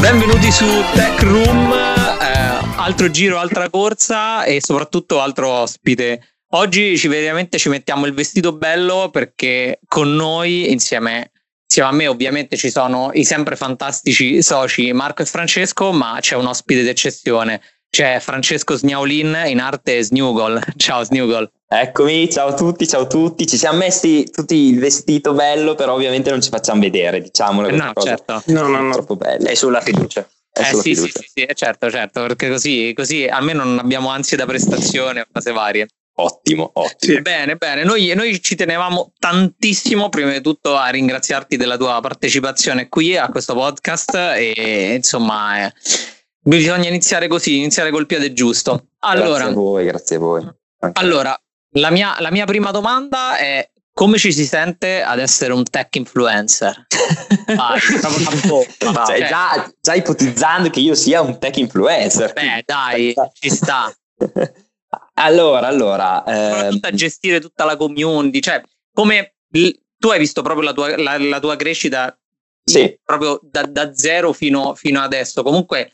Benvenuti su Tech Room, altro giro, altra corsa e soprattutto altro ospite. Oggi veramente ci mettiamo il vestito bello perché con noi, insieme a me ovviamente ci sono i sempre fantastici soci Marco e Francesco, ma c'è un ospite d'eccezione, c'è Francesco Sniaulin, in arte Sniugol. Ciao Sniugol. Eccomi, ciao a tutti, ci siamo messi tutti il vestito bello, però ovviamente non ci facciamo vedere, diciamolo. No, certo. No, troppo bello. È sulla fiducia. Sì, certo, perché così almeno non abbiamo ansie da prestazione o cose varie. Ottimo. Sì. Bene, noi ci tenevamo tantissimo prima di tutto a ringraziarti della tua partecipazione qui a questo podcast e insomma bisogna iniziare col piede giusto. Allora, grazie a voi. Allora, la mia prima domanda è: come ci si sente ad essere un tech influencer? Già ipotizzando che io sia un tech influencer. Beh, dai, ci sta. Allora, soprattutto a gestire tutta la community, cioè come tu hai visto proprio la tua crescita, sì, proprio da zero fino adesso. Comunque,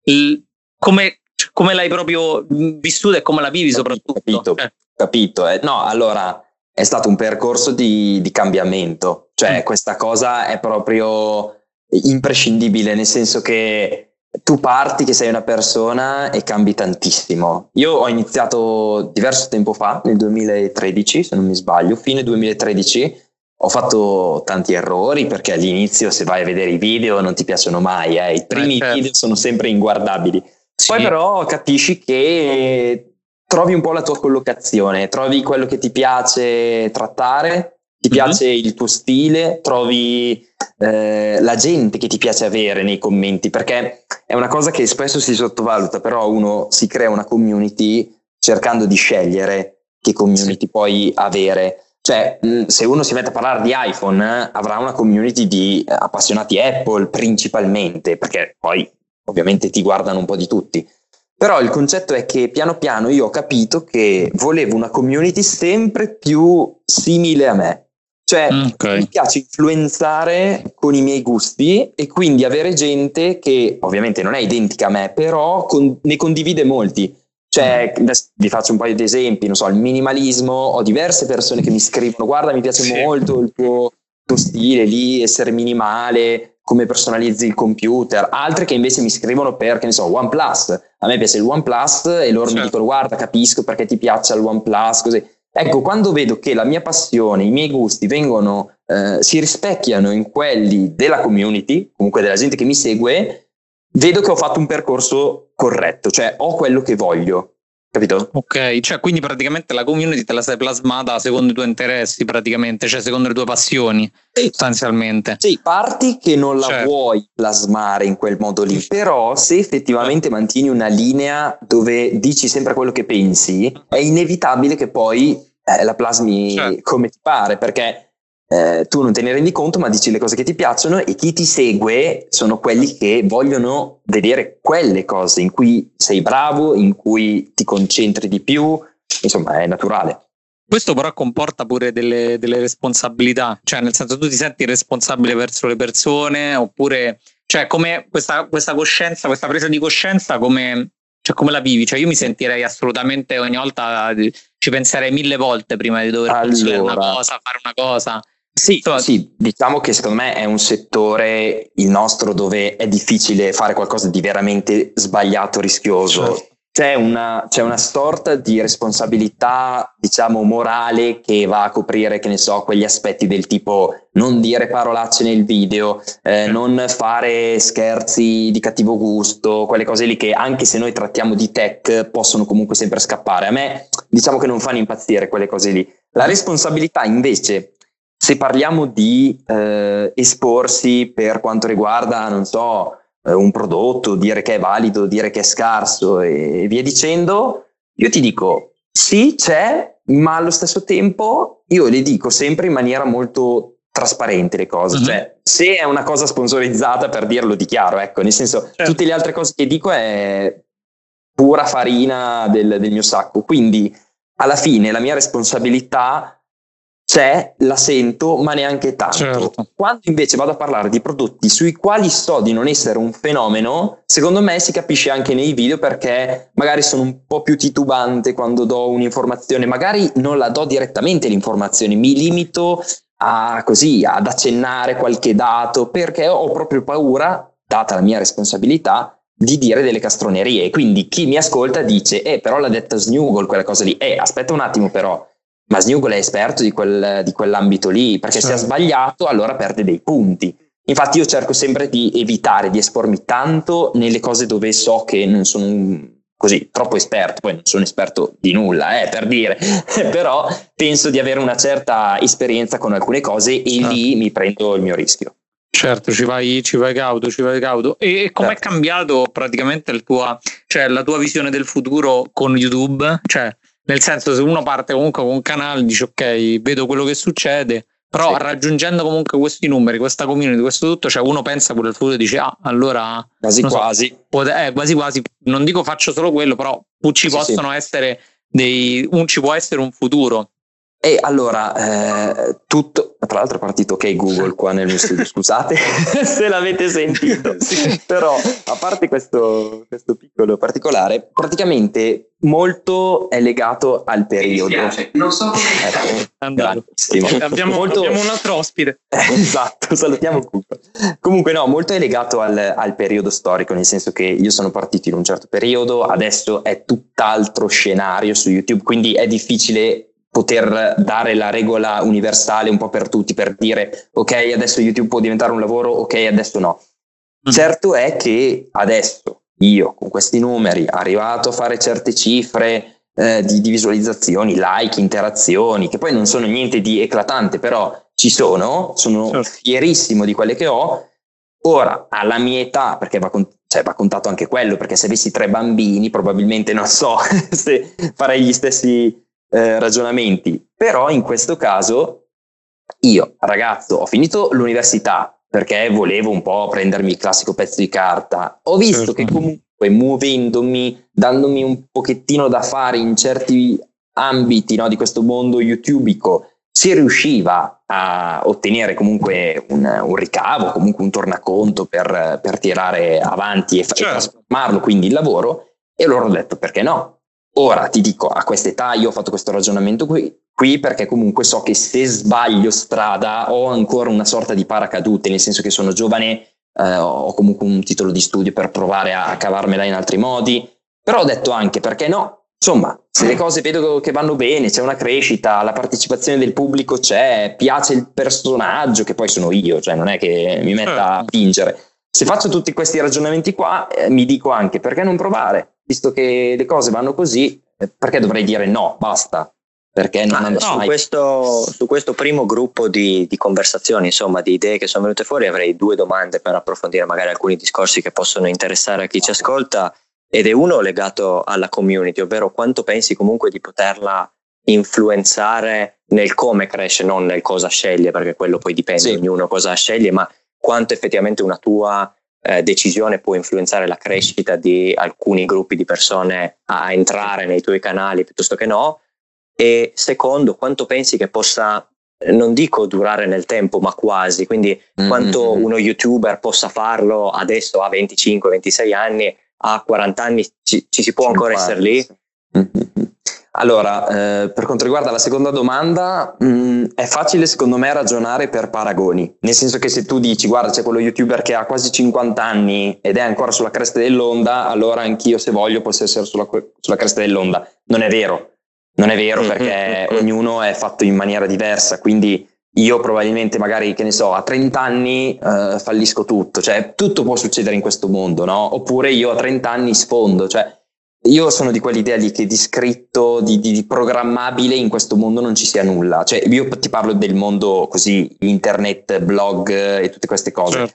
come l'hai proprio vissuta e come la vivi soprattutto? Capito. No, allora è stato un percorso di cambiamento, cioè questa cosa è proprio imprescindibile, nel senso che tu parti che sei una persona e cambi tantissimo. Io ho iniziato diverso tempo fa, nel 2013 se non mi sbaglio, fine 2013. Ho fatto tanti errori perché all'inizio, se vai a vedere i video, non ti piacciono mai, i primi video sono sempre inguardabili. Sì. Poi però capisci che trovi un po' la tua collocazione, trovi quello che ti piace trattare, ti piace il tuo stile, trovi la gente che ti piace avere nei commenti, perché è una cosa che spesso si sottovaluta, però uno si crea una community cercando di scegliere che community puoi avere. Cioè, se uno si mette a parlare di iPhone, avrà una community di appassionati Apple principalmente, perché poi ovviamente ti guardano un po' di tutti. Però il concetto è che piano piano io ho capito che volevo una community sempre più simile a me. Cioè, mi piace influenzare con i miei gusti e quindi avere gente che ovviamente non è identica a me, però ne condivide molti. Cioè, adesso vi faccio un paio di esempi, non so, il minimalismo, ho diverse persone che mi scrivono: guarda, mi piace molto il tuo stile lì, essere minimale, come personalizzi il computer. Altre che invece mi scrivono per, che ne so, OnePlus, a me piace il OnePlus e loro mi dicono: guarda, capisco perché ti piace il OnePlus, così. Ecco, quando vedo che la mia passione, i miei gusti si rispecchiano in quelli della community, comunque della gente che mi segue, vedo che ho fatto un percorso corretto, cioè ho quello che voglio, capito? Ok, cioè quindi praticamente la community te la sei plasmata secondo i tuoi interessi, praticamente, cioè secondo le tue passioni, sostanzialmente. Sì, parti che non la vuoi plasmare in quel modo lì, però se effettivamente mantieni una linea dove dici sempre quello che pensi, è inevitabile che poi la plasmi come ti pare, perché tu non te ne rendi conto, ma dici le cose che ti piacciono e chi ti segue sono quelli che vogliono vedere quelle cose in cui sei bravo, in cui ti concentri di più, insomma è naturale. Questo però comporta pure delle responsabilità, cioè nel senso, tu ti senti responsabile verso le persone, oppure cioè come questa coscienza, questa presa di coscienza, come la vivi? Cioè io mi sentirei assolutamente, ogni volta ci penserei 1000 volte prima di dover fare una cosa. Sì, diciamo che secondo me è un settore, il nostro, dove è difficile fare qualcosa di veramente sbagliato, rischioso. C'è una sorta di responsabilità, diciamo, morale che va a coprire, che ne so, quegli aspetti del tipo non dire parolacce nel video, non fare scherzi di cattivo gusto, quelle cose lì che anche se noi trattiamo di tech possono comunque sempre scappare. A me diciamo che non fanno impazzire quelle cose lì. La responsabilità invece, se parliamo di esporsi per quanto riguarda, non so, un prodotto, dire che è valido, dire che è scarso e via dicendo, io ti dico sì, c'è, ma allo stesso tempo io le dico sempre in maniera molto trasparente le cose, cioè se è una cosa sponsorizzata, per dirlo dichiaro, ecco, nel senso tutte le altre cose che dico è pura farina del mio sacco, quindi alla fine la mia responsabilità c'è, la sento, ma neanche tanto. Certo. Quando invece vado a parlare di prodotti sui quali so di non essere un fenomeno, secondo me si capisce anche nei video, perché magari sono un po' più titubante quando do un'informazione, magari non la do direttamente l'informazione, mi limito ad accennare qualche dato, perché ho proprio paura, data la mia responsabilità, di dire delle castronerie. Quindi chi mi ascolta dice però l'ha detta Snoogle quella cosa lì, aspetta un attimo però, ma Snoogle è esperto di quell'ambito lì, perché se ha sbagliato allora perde dei punti. Infatti io cerco sempre di evitare di espormi tanto nelle cose dove so che non sono così troppo esperto. Poi non sono esperto di nulla, per dire, però penso di avere una certa esperienza con alcune cose, e lì mi prendo il mio rischio. Certo, ci vai cauto. E com'è cambiato praticamente la tua visione del futuro con YouTube? Cioè, nel senso, se uno parte comunque con un canale, dice ok, vedo quello che succede, però raggiungendo comunque questi numeri, questa community, questo tutto, cioè uno pensa pure al futuro e dice allora quasi, non dico faccio solo quello, però ci possono essere ci può essere un futuro. E allora, tutto, tra l'altro è partito ok Google qua nel mio studio, scusate se l'avete sentito, però a parte questo piccolo particolare, praticamente molto è legato al periodo. Non so come abbiamo un altro ospite. Esatto, salutiamo Cupa. Comunque no, molto è legato al periodo storico, nel senso che io sono partito in un certo periodo, adesso è tutt'altro scenario su YouTube, quindi è difficile poter dare la regola universale un po' per tutti, per dire ok, adesso YouTube può diventare un lavoro, ok, adesso no. Certo è che adesso io con questi numeri, arrivato a fare certe cifre di visualizzazioni, like, interazioni, che poi non sono niente di eclatante, però ci sono fierissimo di quelle che ho. Ora, alla mia età, perché va contato anche quello, perché se avessi 3 bambini probabilmente non so se farei gli stessi ragionamenti, però in questo caso io ragazzo ho finito l'università perché volevo un po' prendermi il classico pezzo di carta, ho visto che comunque muovendomi, dandomi un pochettino da fare in certi ambiti, no, di questo mondo youtubico, si riusciva a ottenere comunque un ricavo, comunque un tornaconto per tirare avanti e trasformarlo quindi in lavoro, e allora ho detto perché no. Ora ti dico, a quest'età io ho fatto questo ragionamento qui perché comunque so che se sbaglio strada ho ancora una sorta di paracadute, nel senso che sono giovane, ho comunque un titolo di studio per provare a cavarmela in altri modi, però ho detto anche perché no, insomma, se le cose vedo che vanno bene, c'è una crescita, la partecipazione del pubblico c'è, piace il personaggio, che poi sono io, cioè non è che mi metta a fingere. Se faccio tutti questi ragionamenti qua, mi dico anche perché non provare? Visto che le cose vanno così, perché dovrei dire no, basta? Perché su questo primo gruppo di conversazioni, insomma, di idee che sono venute fuori, avrei 2 domande per approfondire magari alcuni discorsi che possono interessare a chi ci ascolta, ed è uno legato alla community, ovvero quanto pensi comunque di poterla influenzare nel come cresce, non nel cosa sceglie, perché quello poi dipende, ognuno cosa sceglie, ma quanto effettivamente una tua decisione può influenzare la crescita di alcuni gruppi di persone a entrare nei tuoi canali piuttosto che no. E secondo, quanto pensi che possa, non dico durare nel tempo, ma quasi, quindi quanto uno youtuber possa farlo adesso a 25-26 anni, a 40 anni ci si può ancora essere lì? Allora, per quanto riguarda la seconda domanda, è facile secondo me ragionare per paragoni, nel senso che se tu dici guarda c'è quello youtuber che ha quasi 50 anni ed è ancora sulla cresta dell'onda, allora anch'io se voglio posso essere sulla cresta dell'onda. Non è vero perché ognuno è fatto in maniera diversa, quindi io probabilmente magari, che ne so, a 30 anni fallisco tutto, cioè tutto può succedere in questo mondo, no? Oppure io a 30 anni sfondo, cioè io sono di quell'idea lì che di scritto, di programmabile in questo mondo non ci sia nulla. Cioè io ti parlo del mondo così, internet, blog e tutte queste cose.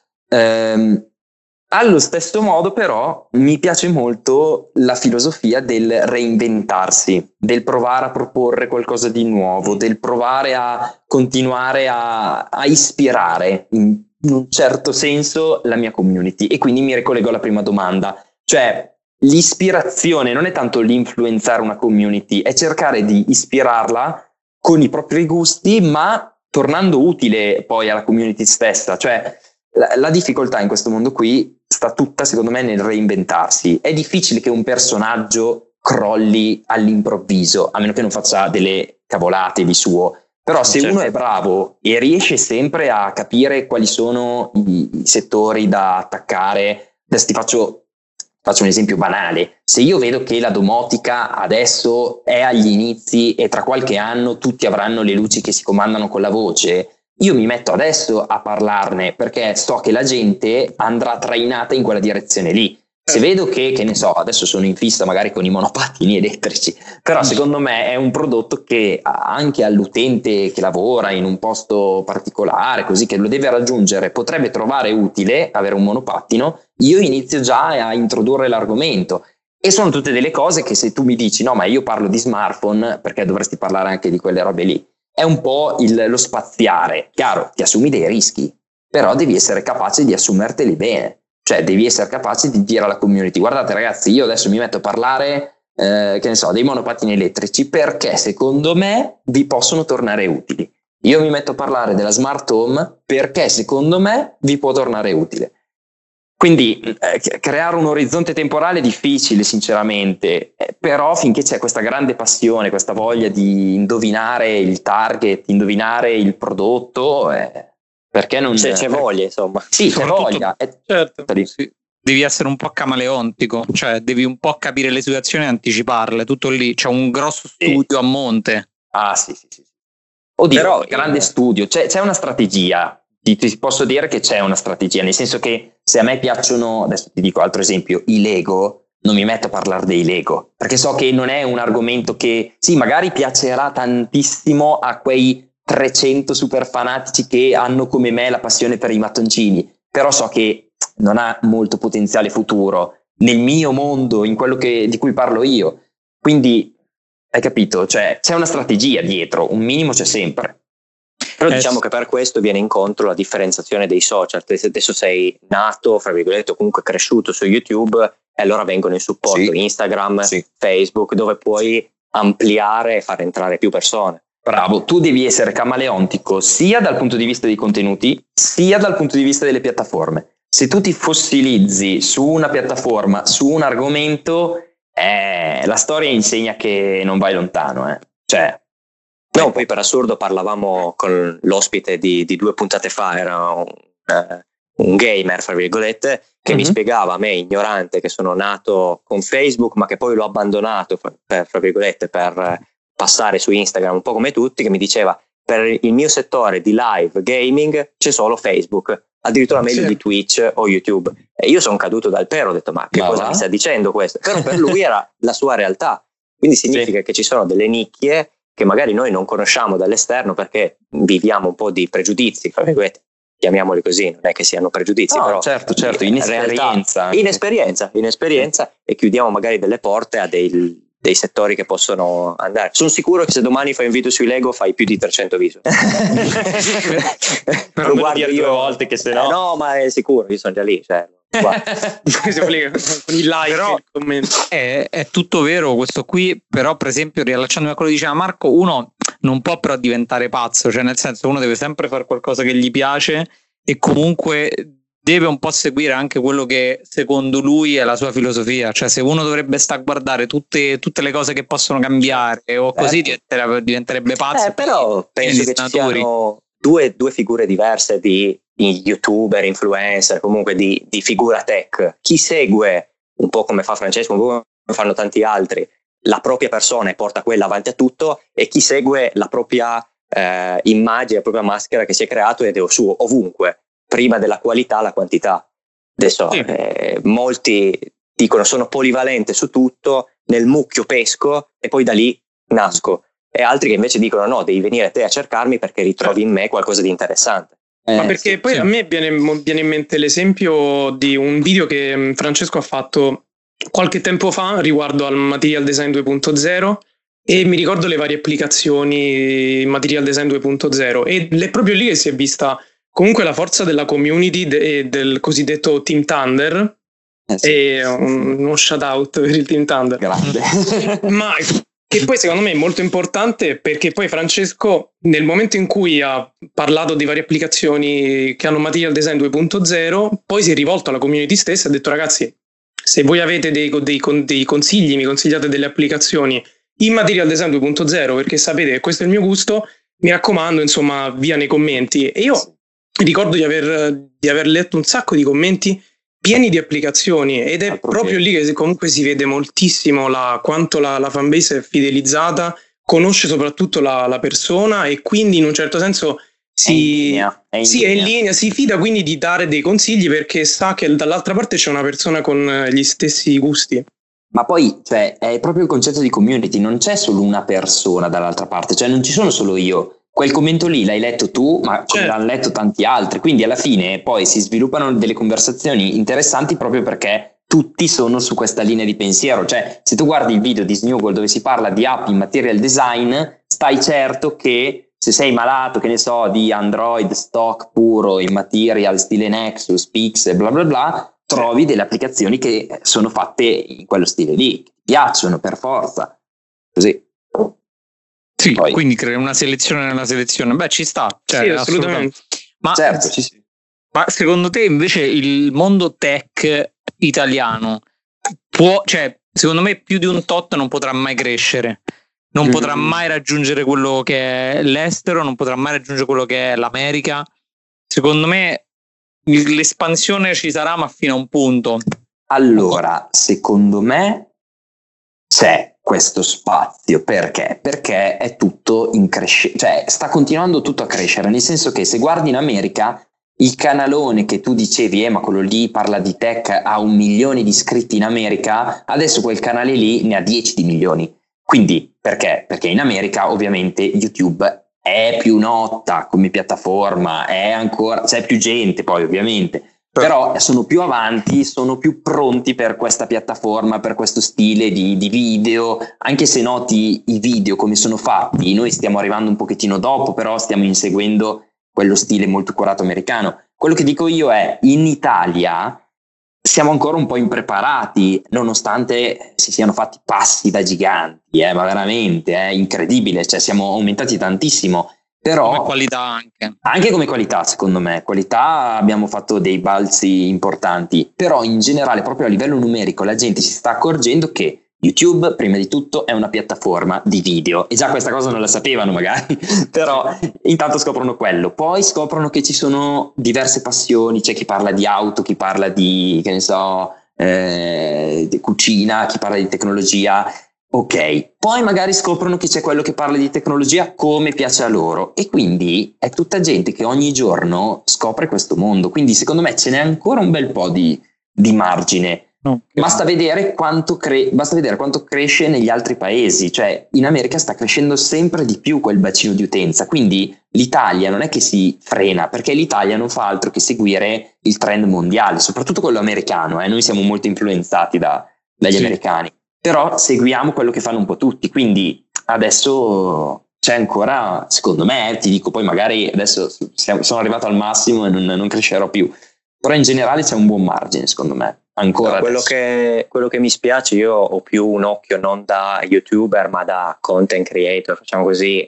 Allo stesso modo però mi piace molto la filosofia del reinventarsi, del provare a proporre qualcosa di nuovo, del provare a continuare a ispirare in un certo senso la mia community. E quindi mi ricollego alla prima domanda, cioè l'ispirazione non è tanto l'influenzare una community, è cercare di ispirarla con i propri gusti, ma tornando utile poi alla community stessa. Cioè la difficoltà in questo mondo qui sta tutta, secondo me, nel reinventarsi. È difficile che un personaggio crolli all'improvviso, a meno che non faccia delle cavolate di suo. Però se uno è bravo e riesce sempre a capire quali sono i settori da attaccare, adesso ti faccio un esempio banale: se io vedo che la domotica adesso è agli inizi e tra qualche anno tutti avranno le luci che si comandano con la voce, io mi metto adesso a parlarne, perché so che la gente andrà trainata in quella direzione lì. Se vedo che ne so, adesso sono in fissa magari con i monopattini elettrici, però secondo me è un prodotto che anche all'utente che lavora in un posto particolare, così, che lo deve raggiungere, potrebbe trovare utile avere un monopattino. Io inizio già a introdurre l'argomento, e sono tutte delle cose che, se tu mi dici no, ma io parlo di smartphone, perché dovresti parlare anche di quelle robe lì, è un po' lo spaziare. Chiaro, ti assumi dei rischi, però devi essere capace di assumerteli bene. Cioè devi essere capace di dire alla community: guardate ragazzi, io adesso mi metto a parlare che ne so, dei monopattini elettrici, perché secondo me vi possono tornare utili. Io mi metto a parlare della smart home perché secondo me vi può tornare utile. Quindi creare un orizzonte temporale è difficile, sinceramente, però finché c'è questa grande passione, questa voglia di indovinare il target, indovinare il prodotto, perché non c'è voglia, insomma. Sì, c'è voglia. Certo, sì. Devi essere un po' camaleontico, cioè devi un po' capire le situazioni e anticiparle, tutto lì. C'è un grosso studio a monte. Ah, sì. Oddio, però grande studio, c'è una strategia. Ti posso dire che c'è una strategia, nel senso che se a me piacciono, adesso ti dico altro esempio, i Lego, non mi metto a parlare dei Lego, perché so che non è un argomento che, sì, magari piacerà tantissimo a quei 300 super fanatici che hanno come me la passione per i mattoncini, però so che non ha molto potenziale futuro nel mio mondo, in quello di cui parlo io. Quindi hai capito? Cioè c'è una strategia dietro, un minimo c'è sempre. Però diciamo che per questo viene incontro la differenziazione dei social. Adesso sei nato, fra virgolette, o comunque cresciuto su YouTube, e allora vengono in supporto Instagram, Facebook, dove puoi ampliare e far entrare più persone. Bravo, tu devi essere camaleontico sia dal punto di vista dei contenuti, sia dal punto di vista delle piattaforme. Se tu ti fossilizzi su una piattaforma, su un argomento, la storia insegna che non vai lontano. No, poi per assurdo parlavamo con l'ospite di 2 puntate fa, era un gamer, fra virgolette, che mi spiegava, a me ignorante, che sono nato con Facebook ma che poi l'ho abbandonato fra virgolette per passare su Instagram, un po' come tutti, che mi diceva: per il mio settore di live gaming c'è solo Facebook, addirittura meglio di Twitch o YouTube. E io sono caduto dal pero, ho detto ma che cosa mi sta dicendo questo? Però per lui era la sua realtà, quindi significa che ci sono delle nicchie che magari noi non conosciamo dall'esterno perché viviamo un po' di pregiudizi, fra virgolette, chiamiamoli così, non è che siano pregiudizi, però certo, inesperienza, e chiudiamo magari delle porte a dei settori che possono andare. Sono sicuro che se domani fai un video sui Lego fai più di 300 visual. Però lo guardo io 2 volte, che se no no, ma è sicuro, io sono già lì, cioè, con i like, però il commento. È tutto vero questo qui, però per esempio, riallacciandomi a quello che diceva Marco, uno non può però diventare pazzo, cioè nel senso, uno deve sempre fare qualcosa che gli piace e comunque deve un po' seguire anche quello che secondo lui è la sua filosofia. Cioè se uno dovrebbe stare a guardare tutte le cose che possono cambiare o così, diventerebbe pazzo. Però penso che ci siano due figure diverse di youtuber, influencer, comunque di figura tech. Chi segue, un po' come fa Francesco, un po' come fanno tanti altri, la propria persona e porta quella avanti a tutto, e chi segue la propria immagine, la propria maschera che si è creato ed è su ovunque, prima della qualità la quantità. Adesso molti dicono sono polivalente su tutto, nel mucchio pesco e poi da lì nasco, e altri che invece dicono no, devi venire te a cercarmi perché ritrovi in me qualcosa di interessante. Ma perché poi a me viene in mente l'esempio di un video che Francesco ha fatto qualche tempo fa riguardo al Material Design 2.0, e mi ricordo le varie applicazioni Material Design 2.0, ed è proprio lì che si è vista comunque la forza della community del cosiddetto Team Thunder. E uno shout out per il Team Thunder. Grande. Ma che poi secondo me è molto importante, perché poi Francesco, nel momento in cui ha parlato di varie applicazioni che hanno Material Design 2.0, poi si è rivolto alla community stessa e ha detto: ragazzi, se voi avete dei consigli, mi consigliate delle applicazioni in Material Design 2.0, perché sapete che questo è il mio gusto, mi raccomando, insomma, via nei commenti. E io ricordo di aver letto un sacco di commenti pieni di applicazioni, ed è proprio lì che comunque si vede moltissimo quanto la fanbase è fidelizzata, conosce soprattutto la persona, e quindi in un certo senso è in linea, si fida quindi di dare dei consigli, perché sa che dall'altra parte c'è una persona con gli stessi gusti. Ma poi, cioè, è proprio il concetto di community, non c'è solo una persona dall'altra parte, cioè non ci sono solo io. Quel commento lì l'hai letto tu, ma l'hanno letto tanti altri, quindi alla fine poi si sviluppano delle conversazioni interessanti proprio perché tutti sono su questa linea di pensiero. Cioè, se tu guardi il video di Snowball dove si parla di app in material design, stai certo che se sei malato, che ne so, di Android stock puro in material stile Nexus, Pixel, bla bla bla, trovi delle applicazioni che sono fatte in quello stile lì, ti piacciono per forza, così. Sì, poi, quindi crea una selezione nella selezione. Beh, ci sta. Cioè, sì, assolutamente. Ma, certo, sì. Ma secondo te invece il mondo tech italiano può, cioè, secondo me più di un tot non potrà mai crescere. Non potrà mai raggiungere quello che è l'estero, non potrà mai raggiungere quello che è l'America. Secondo me l'espansione ci sarà, ma fino a un punto. Allora, secondo me c'è questo spazio. Perché? Perché è tutto in crescita, cioè sta continuando tutto a crescere, nel senso che se guardi in America il canalone che tu dicevi, ma quello lì parla di tech, ha 1 milione di iscritti in America, adesso quel canale lì ne ha 10 di milioni. Quindi perché? Perché in America ovviamente YouTube è più nota come piattaforma, c'è più gente poi ovviamente, però sono più avanti, sono più pronti per questa piattaforma, per questo stile di video. Anche se noti i video come sono fatti, noi stiamo arrivando un pochettino dopo, però stiamo inseguendo quello stile molto curato americano. Quello che dico io è, in Italia siamo ancora un po' impreparati, nonostante si siano fatti passi da giganti, ma veramente incredibile, cioè siamo aumentati tantissimo. Però come qualità anche come qualità, secondo me qualità abbiamo fatto dei balzi importanti, però in generale proprio a livello numerico la gente si sta accorgendo che YouTube prima di tutto è una piattaforma di video, e già questa cosa non la sapevano magari però intanto scoprono quello, poi scoprono che ci sono diverse passioni, c'è chi parla di auto, chi parla di, che ne so, di cucina, chi parla di tecnologia. Ok, poi magari scoprono che c'è quello che parla di tecnologia come piace a loro, e quindi è tutta gente che ogni giorno scopre questo mondo, quindi secondo me ce n'è ancora un bel po' di margine. Okay. Basta vedere quanto cresce negli altri paesi, cioè in America sta crescendo sempre di più quel bacino di utenza, quindi l'Italia non è che si frena, perché l'Italia non fa altro che seguire il trend mondiale, soprattutto quello americano, noi siamo molto influenzati dagli americani. Però seguiamo quello che fanno un po' tutti, quindi adesso c'è ancora, secondo me, ti dico, poi magari adesso sono arrivato al massimo e non crescerò più, però in generale c'è un buon margine, secondo me, ancora. Quello che mi spiace, io ho più un occhio non da YouTuber ma da content creator, facciamo così,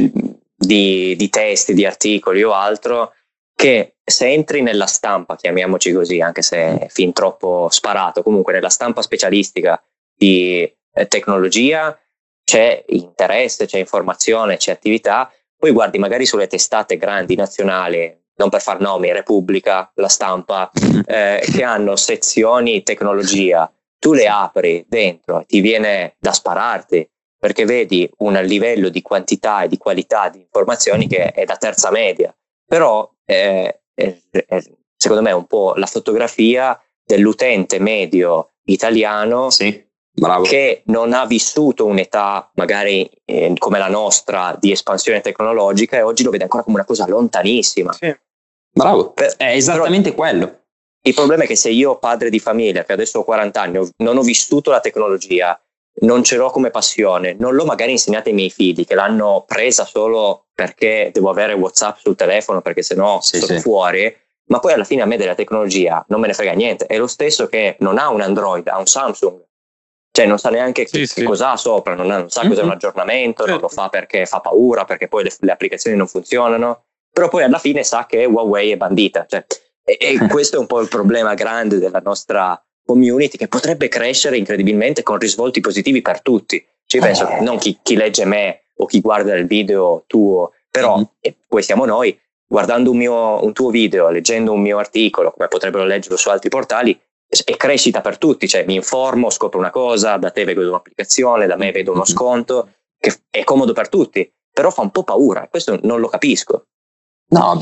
di testi, di articoli o altro, che se entri nella stampa, chiamiamoci così, anche se è fin troppo sparato, comunque nella stampa specialistica di tecnologia c'è interesse, c'è informazione, c'è attività. Poi guardi magari sulle testate grandi nazionali, non per far nomi, Repubblica, La Stampa, che hanno sezioni tecnologia, tu le apri dentro e ti viene da spararti, perché vedi un livello di quantità e di qualità di informazioni che è da terza media, però secondo me è un po' la fotografia dell'utente medio italiano. Sì. Bravo. Che non ha vissuto un'età magari come la nostra di espansione tecnologica, e oggi lo vede ancora come una cosa lontanissima. Sì. Bravo, è esattamente quello. Il problema è che se io, padre di famiglia, che adesso ho 40 anni, non ho vissuto la tecnologia, non ce l'ho come passione, non l'ho magari insegnata ai miei figli, che l'hanno presa solo perché devo avere WhatsApp sul telefono, perché sennò sono fuori, ma poi alla fine a me della tecnologia non me ne frega niente. È lo stesso che non ha un Android, ha un Samsung. cioè non sa neanche Sì, che sì. cosa ha sopra, non sa cos'è un aggiornamento, non lo fa perché fa paura, perché poi le applicazioni non funzionano, però poi alla fine sa che Huawei è bandita, cioè, e questo è un po' il problema grande della nostra community, che potrebbe crescere incredibilmente con risvolti positivi per tutti. Cioè, penso non chi legge me o chi guarda il video tuo, però e poi siamo noi, guardando un tuo video, leggendo un mio articolo, come potrebbero leggerlo su altri portali, è crescita per tutti, cioè mi informo, scopro una cosa, da te vedo un'applicazione, da me vedo uno sconto, che è comodo per tutti, però fa un po' paura, questo non lo capisco. No,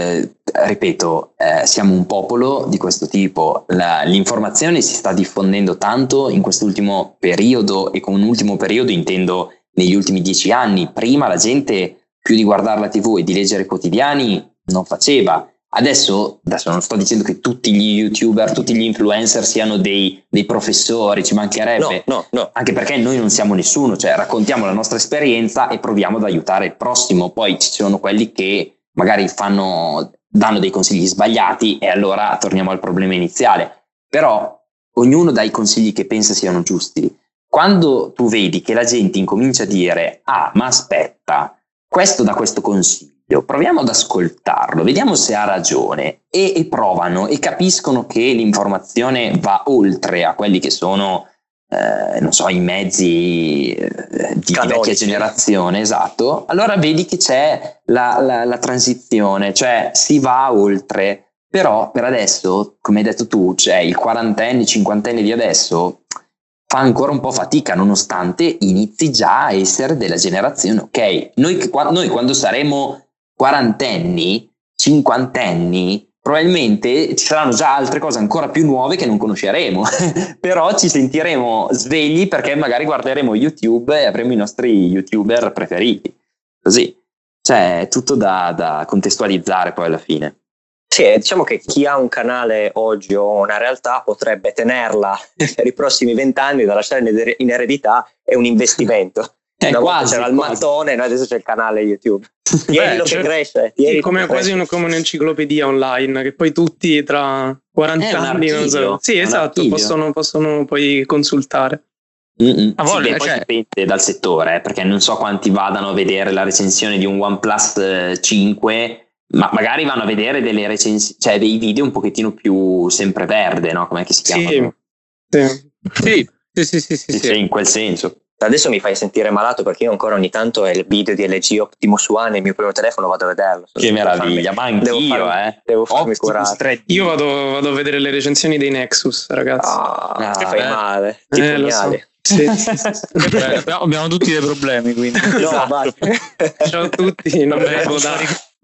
ripeto, siamo un popolo di questo tipo. L'informazione si sta diffondendo tanto in quest'ultimo periodo, e con un ultimo periodo intendo negli ultimi 10 anni. Prima la gente, più di guardare la TV e di leggere quotidiani, non faceva. Adesso non sto dicendo che tutti gli YouTuber, tutti gli influencer siano dei professori, ci mancherebbe. No. Anche perché noi non siamo nessuno, cioè raccontiamo la nostra esperienza e proviamo ad aiutare il prossimo. Poi ci sono quelli che magari danno dei consigli sbagliati, e allora torniamo al problema iniziale. Però ognuno dà i consigli che pensa siano giusti. Quando tu vedi che la gente incomincia a dire: ah, ma aspetta, questo dà questo consiglio, proviamo ad ascoltarlo, vediamo se ha ragione, e provano e capiscono che l'informazione va oltre a quelli che sono non so, i mezzi di vecchia generazione, esatto, allora vedi che c'è la transizione, cioè si va oltre. Però per adesso, come hai detto tu, cioè il quarantenne, cinquantenne di adesso fa ancora un po' fatica, nonostante inizi già a essere della generazione, ok? Noi quando saremo quarantenni, cinquantenni, probabilmente ci saranno già altre cose ancora più nuove che non conosceremo, però ci sentiremo svegli perché magari guarderemo YouTube e avremo i nostri YouTuber preferiti. Così, cioè è tutto da contestualizzare poi alla fine. Sì, diciamo che chi ha un canale oggi o una realtà potrebbe tenerla per i prossimi 20 anni da lasciare in eredità, è un investimento. Una volta c'era il mattone, noi adesso c'è il canale YouTube. Tienilo che cresce. Come un'enciclopedia online, che poi tutti tra 40 anni non so. Sì, esatto, possono poi consultare. A volte poi dipende dal settore, perché non so quanti vadano a vedere la recensione di un OnePlus 5, ma magari vanno a vedere delle recensioni, cioè dei video un pochettino più sempreverde, no? Com'è che si chiamano? Sì, in quel senso. Adesso mi fai sentire malato, perché io ancora ogni tanto il video di LG Optimus One nel mio primo telefono vado a vederlo. Che meraviglia, ma anch'io devo farmi curare. Io vado a vedere le recensioni dei Nexus, ragazzi. Ti fai male, ti pugnali. Sì. Abbiamo tutti dei problemi, quindi. No, basta. Ciao a tutti, non devo dare.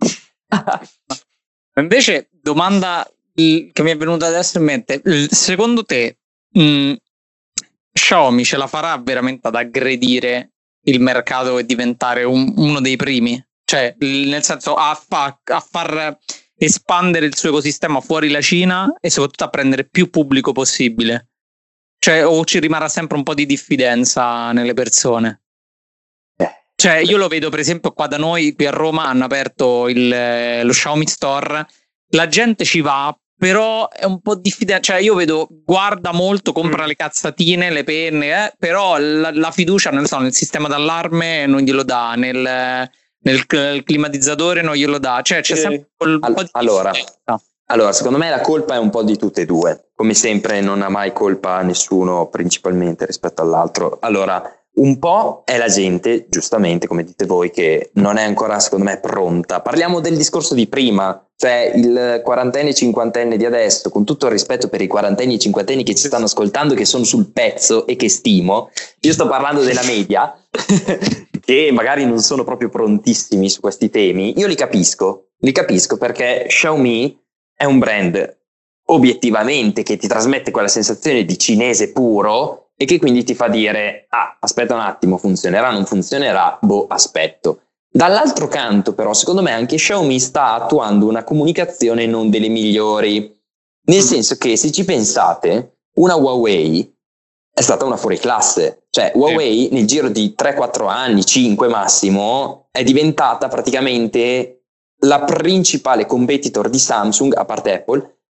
Invece, domanda che mi è venuta adesso in mente: secondo te Xiaomi ce la farà veramente ad aggredire il mercato e diventare uno dei primi? Cioè, nel senso, a far espandere il suo ecosistema fuori la Cina e soprattutto a prendere più pubblico possibile? Cioè, o ci rimarrà sempre un po' di diffidenza nelle persone? Cioè, io lo vedo per esempio qua da noi, qui a Roma hanno aperto lo Xiaomi Store, la gente ci va, però è un po' diffidente. Cioè, io vedo, guarda molto, compra le cazzatine, le penne, però la fiducia, non so, nel sistema d'allarme non glielo dà, nel climatizzatore non glielo dà. Cioè, c'è sempre un po' di diffidenza. Allora, secondo me la colpa è un po' di tutte e due. Come sempre, non ha mai colpa nessuno principalmente rispetto all'altro. Allora, un po' è la gente, giustamente, come dite voi, che non è ancora, secondo me, pronta. Parliamo del discorso di prima, cioè il quarantenne e cinquantenne di adesso, con tutto il rispetto per i quarantenni e cinquantenni che ci stanno ascoltando, che sono sul pezzo e che stimo. Io sto parlando della media, che magari non sono proprio prontissimi su questi temi. Io li capisco perché Xiaomi è un brand obiettivamente che ti trasmette quella sensazione di cinese puro e che quindi ti fa dire: ah, aspetta un attimo, funzionerà, non funzionerà, aspetto. Dall'altro canto però secondo me anche Xiaomi sta attuando una comunicazione non delle migliori, nel senso che, se ci pensate, una Huawei è stata una fuoriclasse. Cioè Huawei nel giro di 3-4 anni, 5 massimo, è diventata praticamente la principale competitor di Samsung, a parte Apple,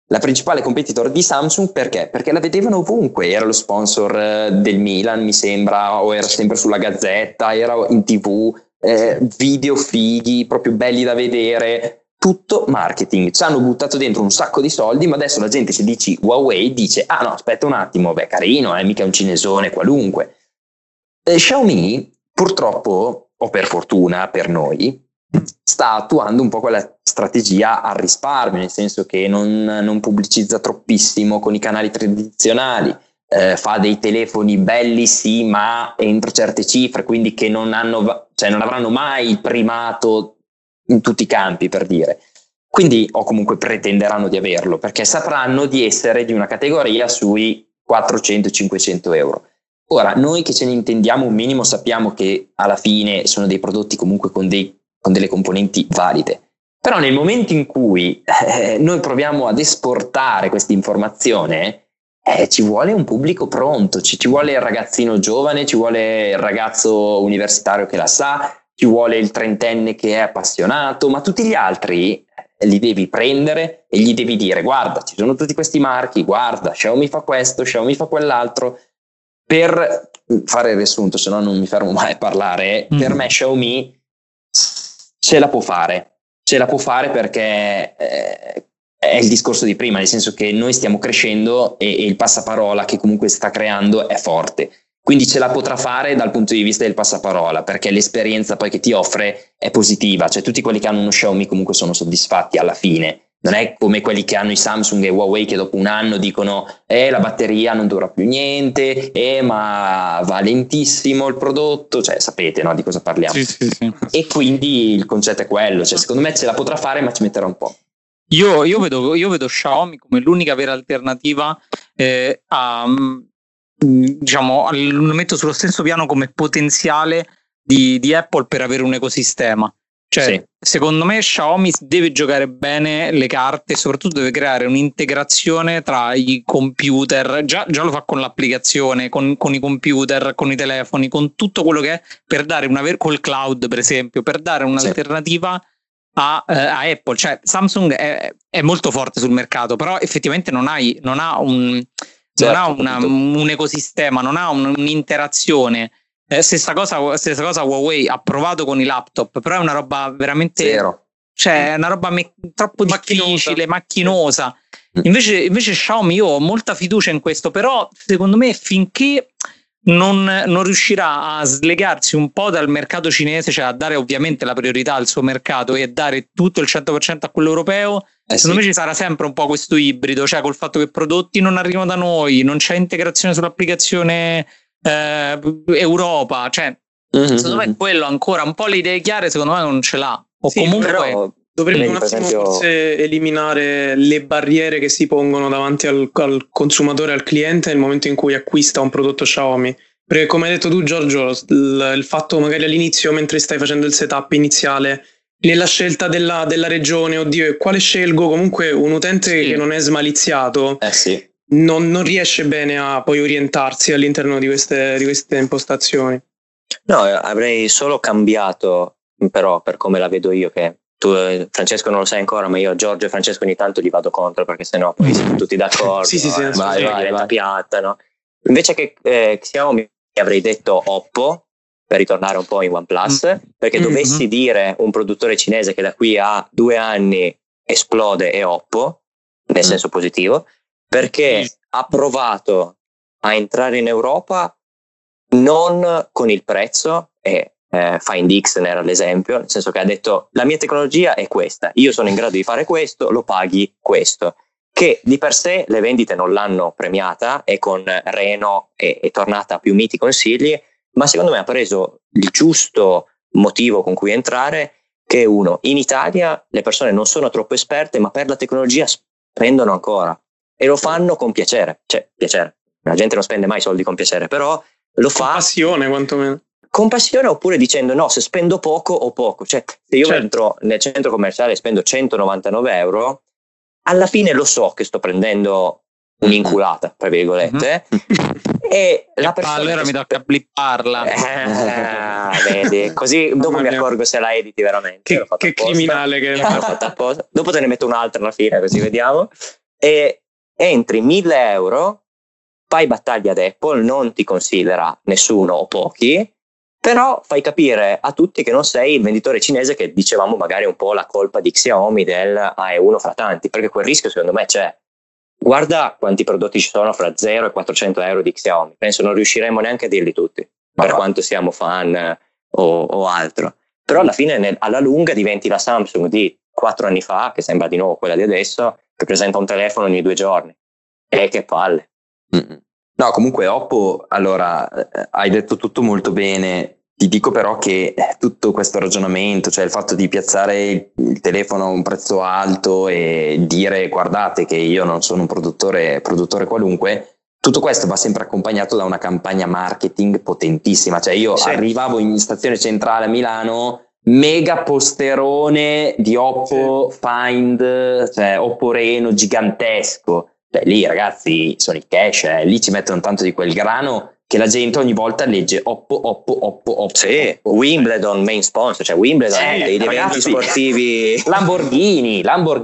la principale competitor di Samsung. Perché? Perché la vedevano ovunque, era lo sponsor del Milan, mi sembra, o era sempre sulla Gazzetta, era in TV, video fighi, proprio belli da vedere, tutto marketing. Ci hanno buttato dentro un sacco di soldi, ma adesso la gente, se dici Huawei, dice ah no, aspetta un attimo, beh, carino, mica un cinesone qualunque. Xiaomi, purtroppo, o per fortuna per noi, sta attuando un po' quella strategia al risparmio, nel senso che non pubblicizza troppissimo con i canali tradizionali, fa dei telefoni belli sì, ma entro certe cifre, quindi che non avranno mai il primato in tutti i campi, per dire. Quindi, o comunque pretenderanno di averlo, perché sapranno di essere di una categoria sui 400-500 euro. Ora, noi che ce ne intendiamo un minimo sappiamo che alla fine sono dei prodotti comunque con delle componenti valide. Però nel momento in cui noi proviamo ad esportare questa informazione, ci vuole un pubblico pronto, ci vuole il ragazzino giovane, ci vuole il ragazzo universitario che la sa, ci vuole il trentenne che è appassionato, ma tutti gli altri li devi prendere e gli devi dire guarda, ci sono tutti questi marchi, guarda, Xiaomi fa questo, Xiaomi fa quell'altro. Per fare il riassunto, se no non mi fermo mai a parlare, per me Xiaomi ce la può fare perché è il discorso di prima, nel senso che noi stiamo crescendo e il passaparola che comunque sta creando è forte, quindi ce la potrà fare dal punto di vista del passaparola, perché l'esperienza poi che ti offre è positiva, cioè tutti quelli che hanno uno Xiaomi comunque sono soddisfatti alla fine. Non è come quelli che hanno i Samsung e Huawei che dopo un anno dicono la batteria non dura più niente, ma va lentissimo il prodotto, cioè sapete, no, di cosa parliamo. Sì. E quindi il concetto è quello, cioè secondo me ce la potrà fare, ma ci metterà un po'. Io vedo Xiaomi come l'unica vera alternativa diciamo, lo metto sullo stesso piano come potenziale di Apple per avere un ecosistema. Cioè, sì. Secondo me Xiaomi deve giocare bene le carte e soprattutto deve creare un'integrazione tra i computer, già lo fa con l'applicazione, con i computer, con i telefoni, con tutto quello che è, per dare col cloud per esempio, per dare un'alternativa a Apple. Cioè Samsung è molto forte sul mercato, però effettivamente non ha un ecosistema, non ha un'interazione. Stessa cosa Huawei ha provato con i laptop, però è una roba veramente zero. Cioè è una roba troppo difficile, macchinosa. Invece Xiaomi, io ho molta fiducia in questo, però secondo me finché non riuscirà a slegarsi un po' dal mercato cinese, cioè a dare ovviamente la priorità al suo mercato e dare tutto il 100% a quello europeo, secondo me ci sarà sempre un po' questo ibrido, cioè col fatto che prodotti non arrivano da noi, non c'è integrazione sull'applicazione Europa, cioè secondo me quello ancora un po' le idee chiare secondo me non ce l'ha, o comunque però dovrebbe un attimo forse eliminare le barriere che si pongono davanti al consumatore, al cliente nel momento in cui acquista un prodotto Xiaomi, perché come hai detto tu Giorgio, il fatto magari all'inizio mentre stai facendo il setup iniziale nella scelta della regione, oddio quale scelgo, comunque un utente che non è smaliziato non riesce bene a poi orientarsi all'interno di queste impostazioni. No, avrei solo cambiato, però per come la vedo io, che tu Francesco non lo sai ancora, ma io Giorgio e Francesco ogni tanto gli vado contro perché sennò poi siamo tutti d'accordo. sì, vai. Piatta, no? Invece che Xiaomi avrei detto Oppo, per ritornare un po' in OnePlus, perché dovessi dire un produttore cinese che da qui a 2 anni esplode è Oppo, nel senso positivo, perché ha provato a entrare in Europa non con il prezzo, e Find X era l'esempio, nel senso che ha detto la mia tecnologia è questa, io sono in grado di fare questo, lo paghi questo, che di per sé le vendite non l'hanno premiata e con Reno è tornata a più miti consigli, ma secondo me ha preso il giusto motivo con cui entrare, che è uno, in Italia le persone non sono troppo esperte, ma per la tecnologia spendono ancora e lo fanno con piacere, cioè piacere, la gente non spende mai soldi con piacere, però lo fa con passione quantomeno. Con passione, oppure dicendo no, se spendo poco ho poco, cioè se io entro nel centro commerciale e spendo 199 euro, alla fine lo so che sto prendendo un'inculata, tra virgolette, e la persona allora mi tocca blipparla, vedi, così dopo mi accorgo se la editi veramente, che criminale che l'ho fatta apposta, dopo te ne metto un'altra alla fine così vediamo. e entri 1.000 euro, fai battaglia ad Apple, non ti considera nessuno o pochi, però fai capire a tutti che non sei il venditore cinese che dicevamo magari un po' la colpa di Xiaomi è uno fra tanti, perché quel rischio secondo me c'è. Guarda quanti prodotti ci sono fra 0 e 400 euro di Xiaomi, penso non riusciremo neanche a dirli tutti, per quanto siamo fan o altro. Però alla fine alla lunga diventi la Samsung di 4 anni fa, che sembra di nuovo quella di adesso, che presenta un telefono ogni 2 giorni. E che palle. No, comunque Oppo, allora, hai detto tutto molto bene. Ti dico però che tutto questo ragionamento, cioè il fatto di piazzare il telefono a un prezzo alto e dire guardate che io non sono un produttore qualunque, tutto questo va sempre accompagnato da una campagna marketing potentissima. Cioè io arrivavo in stazione centrale a Milano, mega posterone di Oppo Find, cioè Oppo Reno gigantesco. Cioè lì ragazzi sono i cash, lì ci mettono tanto di quel grano che la gente ogni volta legge Oppo. Sì, Oppo. Wimbledon main sponsor, cioè Wimbledon degli eventi sportivi. Lamborghini.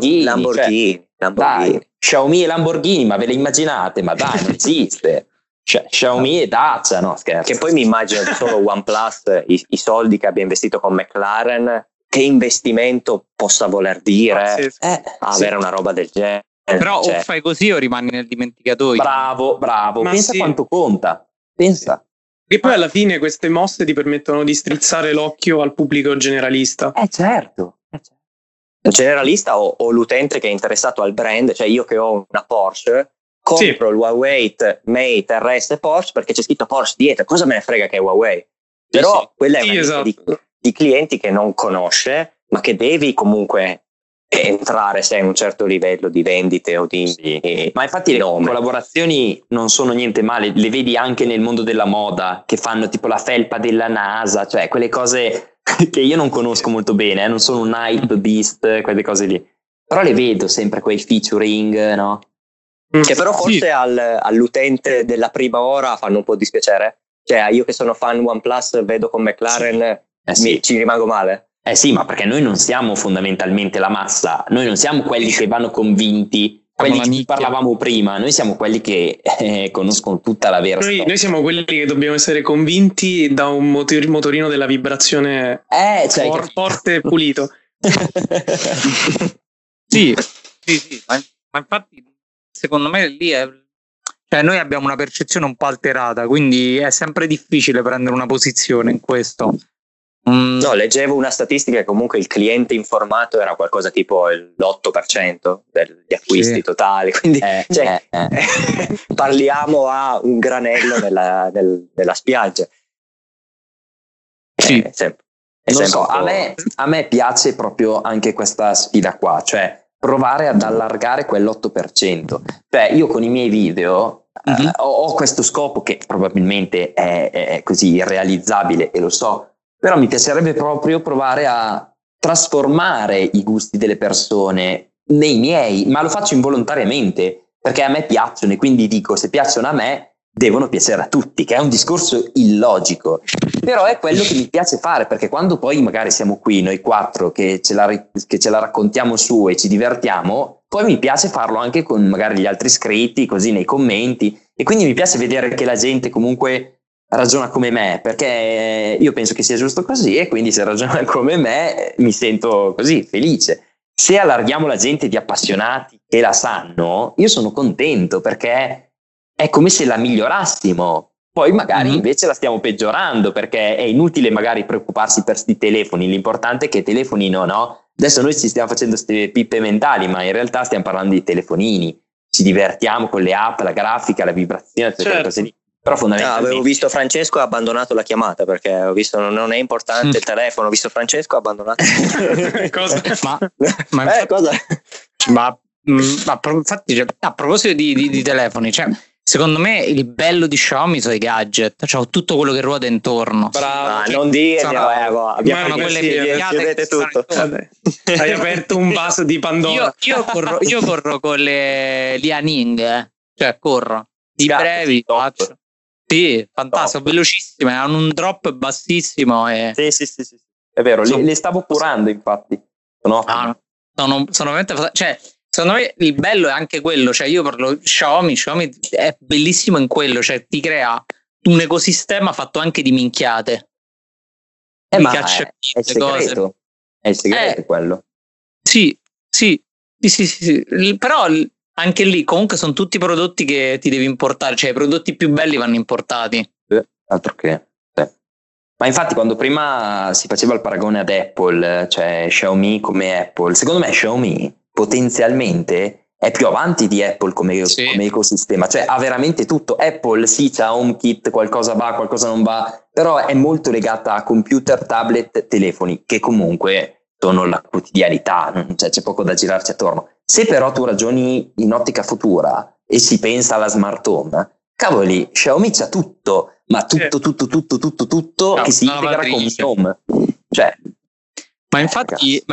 Dai, Xiaomi e Lamborghini, ma ve le immaginate? Ma dai, non esiste. Xiaomi e Dacia, no scherzo. Che poi mi immagino che solo OnePlus, i soldi che abbia investito con McLaren, che investimento possa voler dire avere una roba del genere. Però o fai così o rimani nel dimenticatoio. Bravo. Ma pensa quanto conta. Pensa. E poi alla fine queste mosse ti permettono di strizzare l'occhio al pubblico generalista. Certo. Generalista o l'utente che è interessato al brand, cioè io che ho una Porsche, compro il Huawei Mate RS Porsche perché c'è scritto Porsche dietro, cosa me ne frega che è Huawei? Però quella è una lista di clienti che non conosce, ma che devi comunque entrare se hai un certo livello di vendite o di ma infatti le collaborazioni non sono niente male, le vedi anche nel mondo della moda che fanno tipo la felpa della NASA, cioè quelle cose che io non conosco molto bene, non sono un hype beast, quelle cose lì, però le vedo sempre quei featuring, no? Che però forse all'utente della prima ora fanno un po' dispiacere, cioè io che sono fan OnePlus vedo con McLaren ci rimango male. Sì, ma perché noi non siamo fondamentalmente la massa, noi non siamo quelli che vanno convinti, quelli di cui parlavamo prima, noi siamo quelli che conoscono tutta la vera storia. Noi siamo quelli che dobbiamo essere convinti da un motorino della vibrazione forte e pulito. Sì, ma infatti secondo me lì cioè noi abbiamo una percezione un po' alterata, quindi è sempre difficile prendere una posizione in questo. No, leggevo una statistica che comunque il cliente informato era qualcosa tipo l'8% degli acquisti totali, quindi parliamo a un granello nella spiaggia. Sì. Non so, a me piace proprio anche questa sfida qua, cioè provare ad allargare quell'8%. Cioè io con i miei video ho questo scopo che probabilmente è così irrealizzabile, e lo so, però mi piacerebbe proprio provare a trasformare i gusti delle persone nei miei, ma lo faccio involontariamente perché a me piacciono, e quindi dico se piacciono a me devono piacere a tutti, che è un discorso illogico, però è quello che mi piace fare, perché quando poi magari siamo qui noi quattro che ce la raccontiamo su e ci divertiamo, poi mi piace farlo anche con magari gli altri iscritti, così nei commenti, e quindi mi piace vedere che la gente comunque ragiona come me, perché io penso che sia giusto così, e quindi se ragiona come me mi sento così felice. Se allarghiamo la gente di appassionati che la sanno, io sono contento, perché è come se la migliorassimo. Poi magari invece la stiamo peggiorando, perché è inutile magari preoccuparsi per sti telefoni, l'importante è che telefonino, no? Adesso noi ci stiamo facendo queste pippe mentali, ma in realtà stiamo parlando di telefonini, ci divertiamo con le app, la grafica, la vibrazione, quelle cose lì. Però fondamentalmente avevo visto Francesco ha abbandonato la chiamata perché ho visto non è importante il telefono, ho visto Francesco ha abbandonato cosa? Infatti a proposito di telefoni, cioè secondo me il bello di Xiaomi sono i gadget, cioè tutto quello che ruota intorno. Bravo, non dirlo, abbiamo quelle chiudete tutto. Hai aperto un vaso di Pandora. Io corro con le Lianing, cioè corro i brevi, faccio. Sì, fantastico, velocissime, hanno un drop bassissimo. Sì, è vero, le stavo curando infatti. Sono veramente cioè secondo me il bello è anche quello, cioè io parlo Xiaomi è bellissimo in quello, cioè ti crea un ecosistema fatto anche di minchiate. Ma è il segreto, è il segreto quello. Sì. Però anche lì comunque sono tutti prodotti che ti devi importare, cioè i prodotti più belli vanno importati. Altro che. Ma infatti quando prima si faceva il paragone ad Apple, cioè Xiaomi come Apple, secondo me Xiaomi potenzialmente è più avanti di Apple come ecosistema, cioè ha veramente tutto. Apple sì, c'ha HomeKit, qualcosa va, qualcosa non va, però è molto legata a computer, tablet, telefoni, che comunque sono la quotidianità, cioè c'è poco da girarci attorno. Se però tu ragioni in ottica futura e si pensa alla smart home, cavoli, Xiaomi c'ha tutto, ma tutto che si integra con Home. Cioè, ma infatti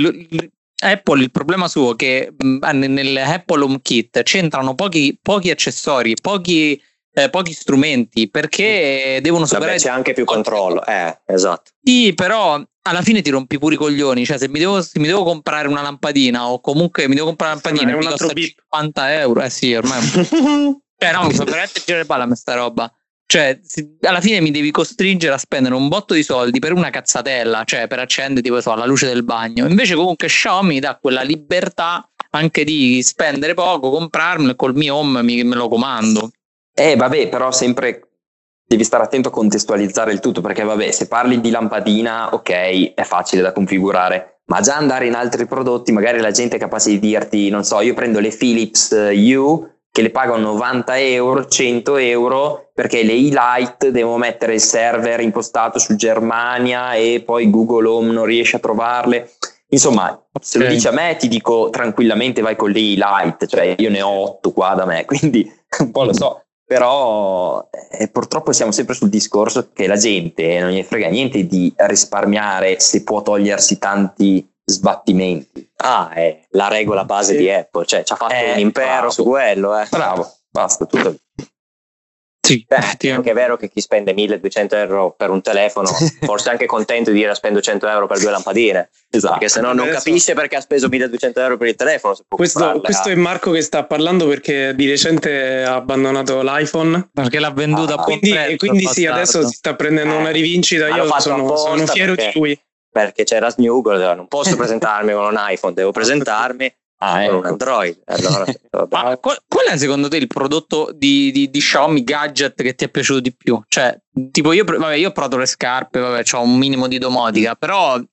Apple, il problema suo è che nell'Apple HomeKit c'entrano pochi accessori, pochi strumenti, perché devono superare. C'è anche più controllo, esatto. Sì, però alla fine ti rompi pure i coglioni, cioè se mi devo comprare una lampadina o comunque mi devo comprare una lampadina mi costa 50 euro, sì, ormai cioè no, mi fa veramente girare palla a sta roba. Cioè, alla fine mi devi costringere a spendere un botto di soldi per una cazzatella, cioè per accendere tipo la luce del bagno. Invece comunque Xiaomi dà quella libertà anche di spendere poco, comprarmelo e col mio Home me lo comando. Vabbè, però sempre devi stare attento a contestualizzare il tutto, perché vabbè, se parli di lampadina, ok, è facile da configurare, ma già andare in altri prodotti, magari la gente è capace di dirti, non so, io prendo le Philips Hue, che le pagano 90 euro, 100 euro, perché le E-Lite devo mettere il server impostato su Germania e poi Google Home non riesce a trovarle. Insomma, se lo dici a me ti dico tranquillamente vai con le E-Lite, cioè io ne ho 8 qua da me, quindi un po' lo so. Però purtroppo siamo sempre sul discorso che la gente non gli frega niente di risparmiare se può togliersi tanti sbattimenti. È la regola base di Apple, cioè ci ha fatto un impero su quello. Bravo, basta, tutto. Sì, anche è vero che chi spende 1.200 euro per un telefono forse è anche contento di dire spendo 100 euro per 2 lampadine, esatto, perché se no non capisce perché ha speso 1.200 euro per il telefono. Questo è Marco che sta parlando perché di recente ha abbandonato l'iPhone, perché l'ha venduta a quindi sì, adesso si sta prendendo una rivincita. Io sono fiero di lui, perché c'era Snuggle, non posso presentarmi con un iPhone, devo presentarmi con un Android. Allora, ma qual è secondo te il prodotto di Xiaomi gadget che ti è piaciuto di più? Cioè, tipo io ho provato le scarpe, c'ho un minimo di domotica, però a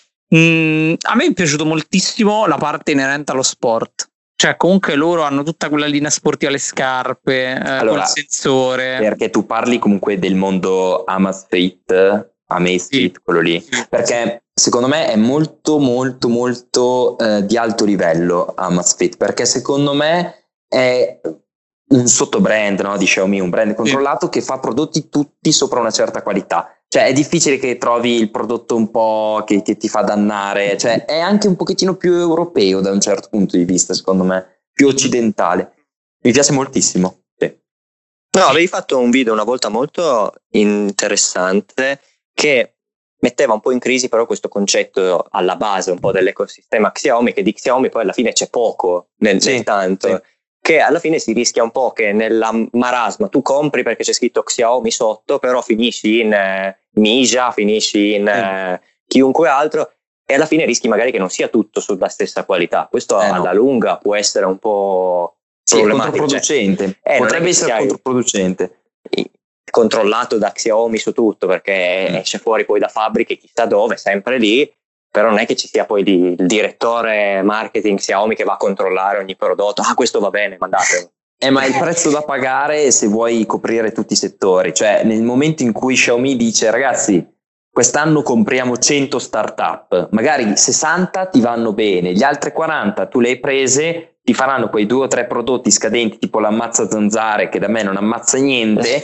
me è piaciuto moltissimo la parte inerente allo sport. Cioè, comunque loro hanno tutta quella linea sportiva, le scarpe, col sensore. Perché tu parli comunque del mondo Amazfit, quello lì, perché secondo me è molto molto molto di alto livello Amazfit, perché secondo me è un sottobrand, no, di Xiaomi, un brand controllato che fa prodotti tutti sopra una certa qualità. Cioè è difficile che trovi il prodotto un po' che ti fa dannare, cioè è anche un pochettino più europeo da un certo punto di vista, secondo me, più occidentale. Mi piace moltissimo. No, avevi fatto un video una volta molto interessante che metteva un po' in crisi però questo concetto alla base un po' dell'ecosistema Xiaomi, che di Xiaomi poi alla fine c'è poco nel tanto, che alla fine si rischia un po' che nella marasma tu compri perché c'è scritto Xiaomi sotto, però finisci in Mija, finisci in chiunque altro, e alla fine rischi magari che non sia tutto sulla stessa qualità. Questo alla lunga può essere un po' problematico, controproducente, potrebbe essere controproducente, controllato da Xiaomi su tutto, perché esce fuori poi da fabbriche chissà dove, sempre lì, però non è che ci sia poi il direttore marketing Xiaomi che va a controllare ogni prodotto, questo va bene, mandatelo. Ma è il prezzo da pagare se vuoi coprire tutti i settori. Cioè nel momento in cui Xiaomi dice ragazzi quest'anno compriamo 100 startup, magari 60 ti vanno bene, gli altri 40 tu le hai prese, ti faranno quei 2 o 3 prodotti scadenti tipo l'ammazza zanzare che da me non ammazza niente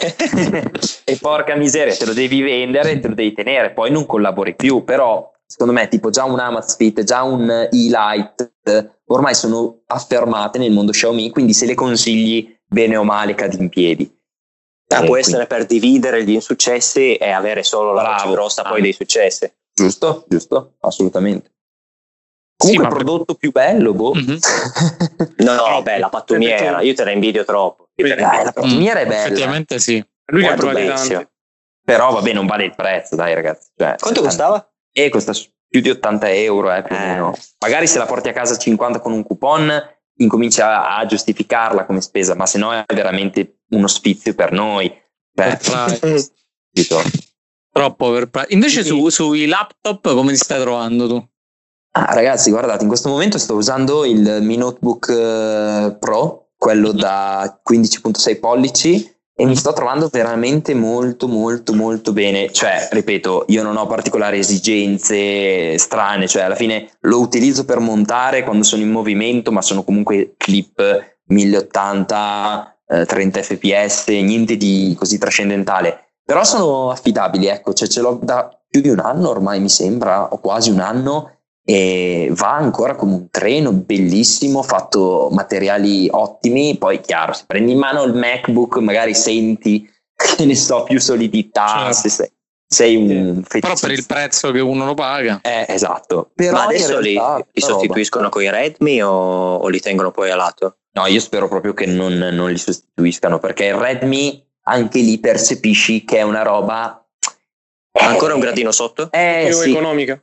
e porca miseria te lo devi vendere, te lo devi tenere, poi non collabori più. Però secondo me tipo già un Amazfit, già un E-Lite ormai sono affermate nel mondo Xiaomi, quindi se le consigli bene o male cadi in piedi. Può essere per dividere gli insuccessi e avere solo la voce grossa poi dei successi. Giusto, assolutamente. Comunque Sì, il prodotto più bello, boh. Mhm. No, beh, la pattumiera, io te la invidio troppo. La pattumiera è bella. Effettivamente sì. Lui ne ha Molto provati bellissimo. tanti. Però vabbè, non vale il prezzo, dai ragazzi. Cioè, Quanto 70. costava? Costa più di 80 euro, più o meno. Magari se la porti a casa 50 con un coupon, incomincia a giustificarla come spesa, ma se no è veramente uno sfizio per noi. Beh, capito? Troppo invece sui laptop come ti stai trovando tu? Ragazzi, guardate, in questo momento sto usando il Mi Notebook Pro, quello da 15.6 pollici, e mi sto trovando veramente molto molto molto bene. Cioè, ripeto, io non ho particolari esigenze strane, cioè alla fine lo utilizzo per montare quando sono in movimento, ma sono comunque clip 1080, 30 fps, niente di così trascendentale. Però sono affidabili, ecco, cioè ce l'ho da più di un anno ormai, mi sembra, o quasi un anno, e va ancora come un treno, bellissimo, fatto materiali ottimi. Poi chiaro, se prendi in mano il MacBook magari senti, che ne so, più solidità, Certo. se sei un Però per il prezzo che uno lo paga. esatto. Però Ma adesso li roba. sostituiscono con i Redmi o li tengono poi a lato? No, io spero proprio che non li sostituiscano, perché il Redmi anche lì percepisci che è una roba Ancora un gradino sotto? Più sì. economica.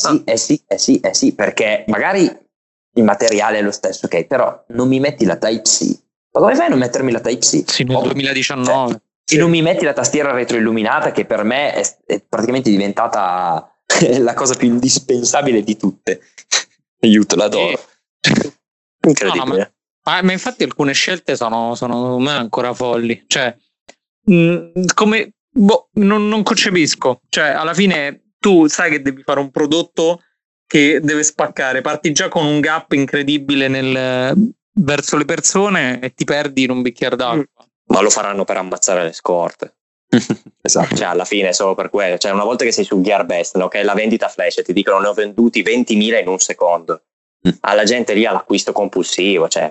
Sì, perché magari il materiale è lo stesso, ok, però non mi metti la Type-C. Ma come fai a non mettermi la Type-C? Sì, nel 2019. E non mi metti la tastiera retroilluminata, che per me è praticamente diventata la cosa più indispensabile di tutte. Aiuto, l'adoro. Incredibile. Ma infatti alcune scelte sono secondo me ancora folli. Cioè, come non concepisco. Cioè, alla fine tu sai che devi fare un prodotto che deve spaccare. Parti già con un gap incredibile verso le persone e ti perdi in un bicchiere d'acqua. Ma lo faranno per ammazzare le scorte. Esatto. Cioè, alla fine è solo per quello. Cioè, una volta che sei su Gearbest, no, che è la vendita flash, ti dicono ne ho venduti 20.000 in un secondo. Alla gente lì all'acquisto compulsivo, cioè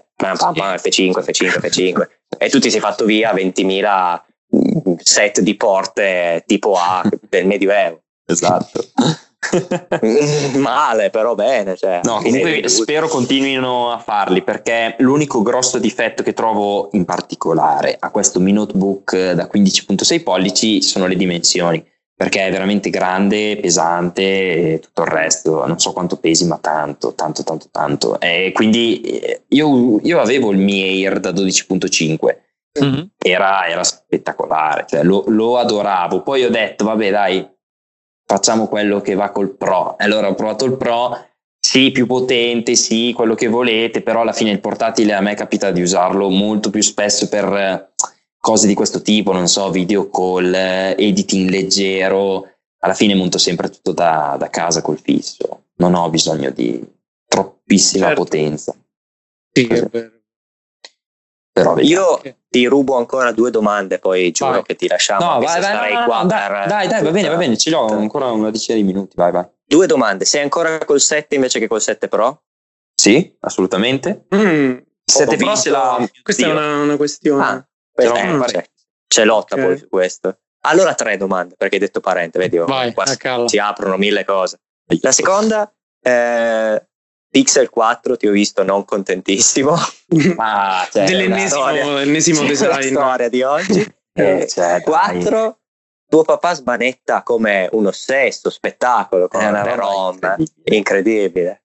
F5, e tu ti sei fatto via 20.000 set di porte tipo A del Medioevo. Esatto. Male, però bene. Cioè, No, comunque spero continuino a farli, perché l'unico grosso difetto che trovo in particolare a questo Mi Notebook da 15.6 pollici sono le dimensioni, perché è veramente grande, pesante e tutto il resto, non so quanto pesi, ma tanto. E quindi io avevo il Mi Air da 12.5, era spettacolare, cioè lo adoravo. Poi ho detto, vabbè dai, facciamo quello che va col Pro. Allora ho provato il Pro, sì, più potente, sì, quello che volete, però alla fine il portatile a me capita di usarlo molto più spesso per cose di questo tipo, non so, video call, editing leggero. Alla fine monto sempre tutto da casa col fisso, non ho bisogno di troppissima potenza. Sì, è vero. Però io ti rubo ancora 2 domande, poi giuro che ti lasciamo. No, vai, dai, va bene, ce l'ho ancora una decina di minuti, vai. 2 domande, sei ancora col 7 invece che col 7 Pro? Sì, assolutamente. 7 Pro se la... Questa è una questione. C'è lotta poi su questo. Allora 3 domande, perché hai detto parente, vedi, Vai, qua si aprono 1000 cose. La seconda, Pixel 4 ti ho visto non contentissimo. Dell'ennesimo design. La storia di oggi. 4, tuo papà smanetta come un ossesso, spettacolo, come una roba incredibile.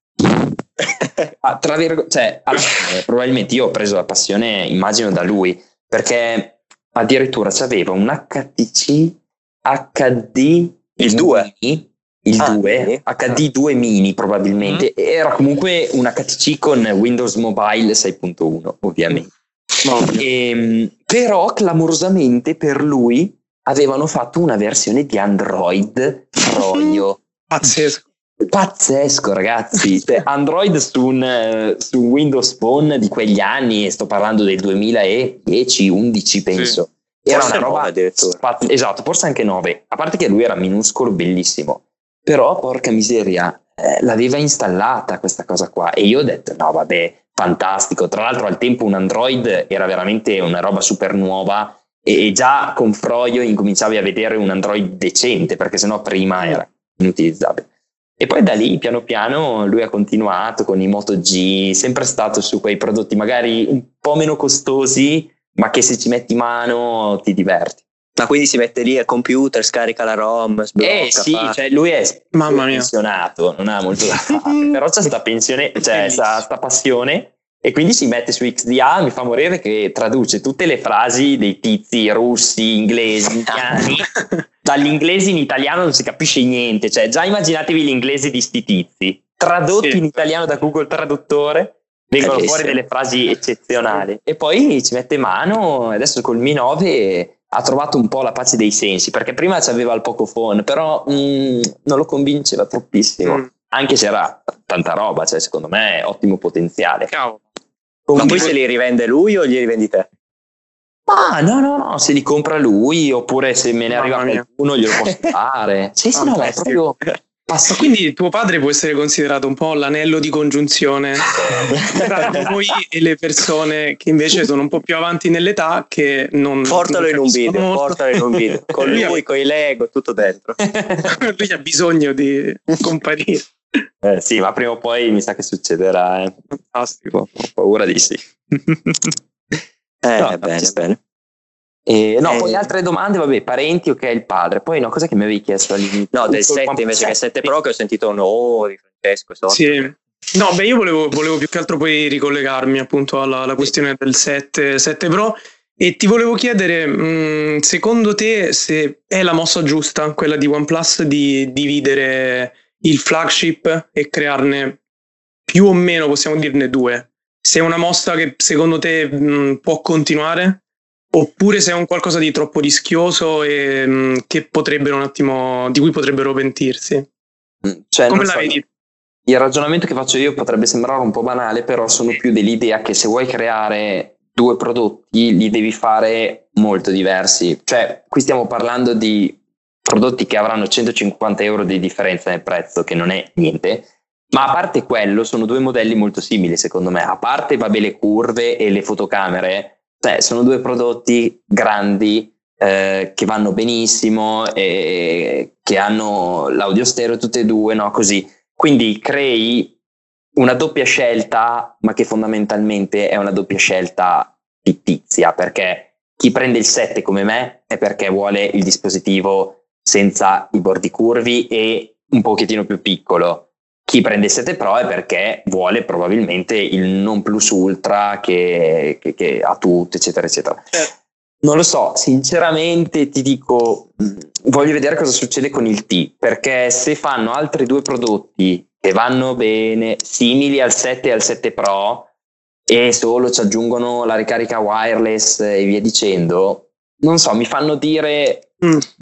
Probabilmente io ho preso la passione, immagino, da lui, perché addirittura c'aveva un HTC HD il 2 HD 2 mini probabilmente. Era comunque un HTC con Windows Mobile 6.1 ovviamente. Però clamorosamente per lui avevano fatto una versione di Android froglio. Pazzesco, ragazzi. Android su un Windows Phone di quegli anni, sto parlando del 2010-11 penso. Sì. Era una roba esatto, forse anche 9, a parte che lui era minuscolo, bellissimo, però porca miseria, l'aveva installata questa cosa qua, e io ho detto no vabbè, fantastico. Tra l'altro al tempo un Android era veramente una roba super nuova, e già con Froio incominciavi a vedere un Android decente, perché sennò prima era inutilizzabile. E poi da lì piano piano lui ha continuato con i Moto G, sempre stato su quei prodotti magari un po' meno costosi, ma che se ci metti mano ti diverti. Ma quindi si mette lì al computer, scarica la ROM, sblocca, Sì, cioè lui è Mamma mia. pensionato, non ha molto da fare, però c'è sta pensione, cioè sta passione, e quindi si mette su XDA. Mi fa morire che traduce tutte le frasi dei tizi russi, inglesi, indiani. Dagli inglesi in italiano non si capisce niente, cioè già immaginatevi l'inglese di sti tizi tradotti in italiano da Google Traduttore, vengono fuori delle frasi eccezionali. E poi ci mette mano, adesso col Mi 9 ha trovato un po' la pace dei sensi, perché prima c'aveva il Pocophone, però non lo convinceva troppissimo, anche se era tanta roba, cioè secondo me ottimo potenziale. Cavolo. Ma poi se li rivende lui o li rivendi te? Ah, no, se li compra lui, oppure se me ne arriva qualcuno glielo posso fare. Sì, no, è proprio... Ma quindi tuo padre può essere considerato un po' l'anello di congiunzione tra noi e le persone che invece sono un po' più avanti nell'età, che non... Portalo in un video, con lui, con i Lego, tutto dentro. Lui ha bisogno di comparire. Sì, ma prima o poi mi sa che succederà. Fantastico, ho paura di sì. Bene. Poi altre domande, vabbè, parenti, ok, il padre. Poi no, cosa che mi avevi chiesto all'inizio? No, del 7 invece che 7 Pro, che ho sentito di Francesco. Sì. No, io volevo più che altro poi ricollegarmi appunto alla questione del 7 Pro, e ti volevo chiedere, secondo te, se è la mossa giusta quella di OnePlus di dividere il flagship e crearne più o meno, possiamo dirne due. Se è una mossa che secondo te può continuare, oppure se è un qualcosa di troppo rischioso e che potrebbero un attimo, di cui potrebbero pentirsi. Cioè, come la vedi? Il ragionamento che faccio io potrebbe sembrare un po' banale, però sono più dell'idea che se vuoi creare due prodotti li devi fare molto diversi. Cioè, qui stiamo parlando di prodotti che avranno 150 euro di differenza nel prezzo, che non è niente, ma a parte quello sono due modelli molto simili secondo me. A parte le curve e le fotocamere, cioè sono due prodotti grandi che vanno benissimo e che hanno l'audio stereo tutte e due, no? Così. Quindi crei una doppia scelta, ma che fondamentalmente è una doppia scelta fittizia, perché chi prende il 7 come me è perché vuole il dispositivo senza i bordi curvi e un pochettino più piccolo. Chi prende il 7 Pro è perché vuole probabilmente il non plus ultra che ha tutto, eccetera, eccetera. Non lo so, sinceramente ti dico, voglio vedere cosa succede con il T, perché se fanno altri due prodotti che vanno bene, simili al 7 e al 7 Pro, e solo ci aggiungono la ricarica wireless e via dicendo, non so, mi fanno dire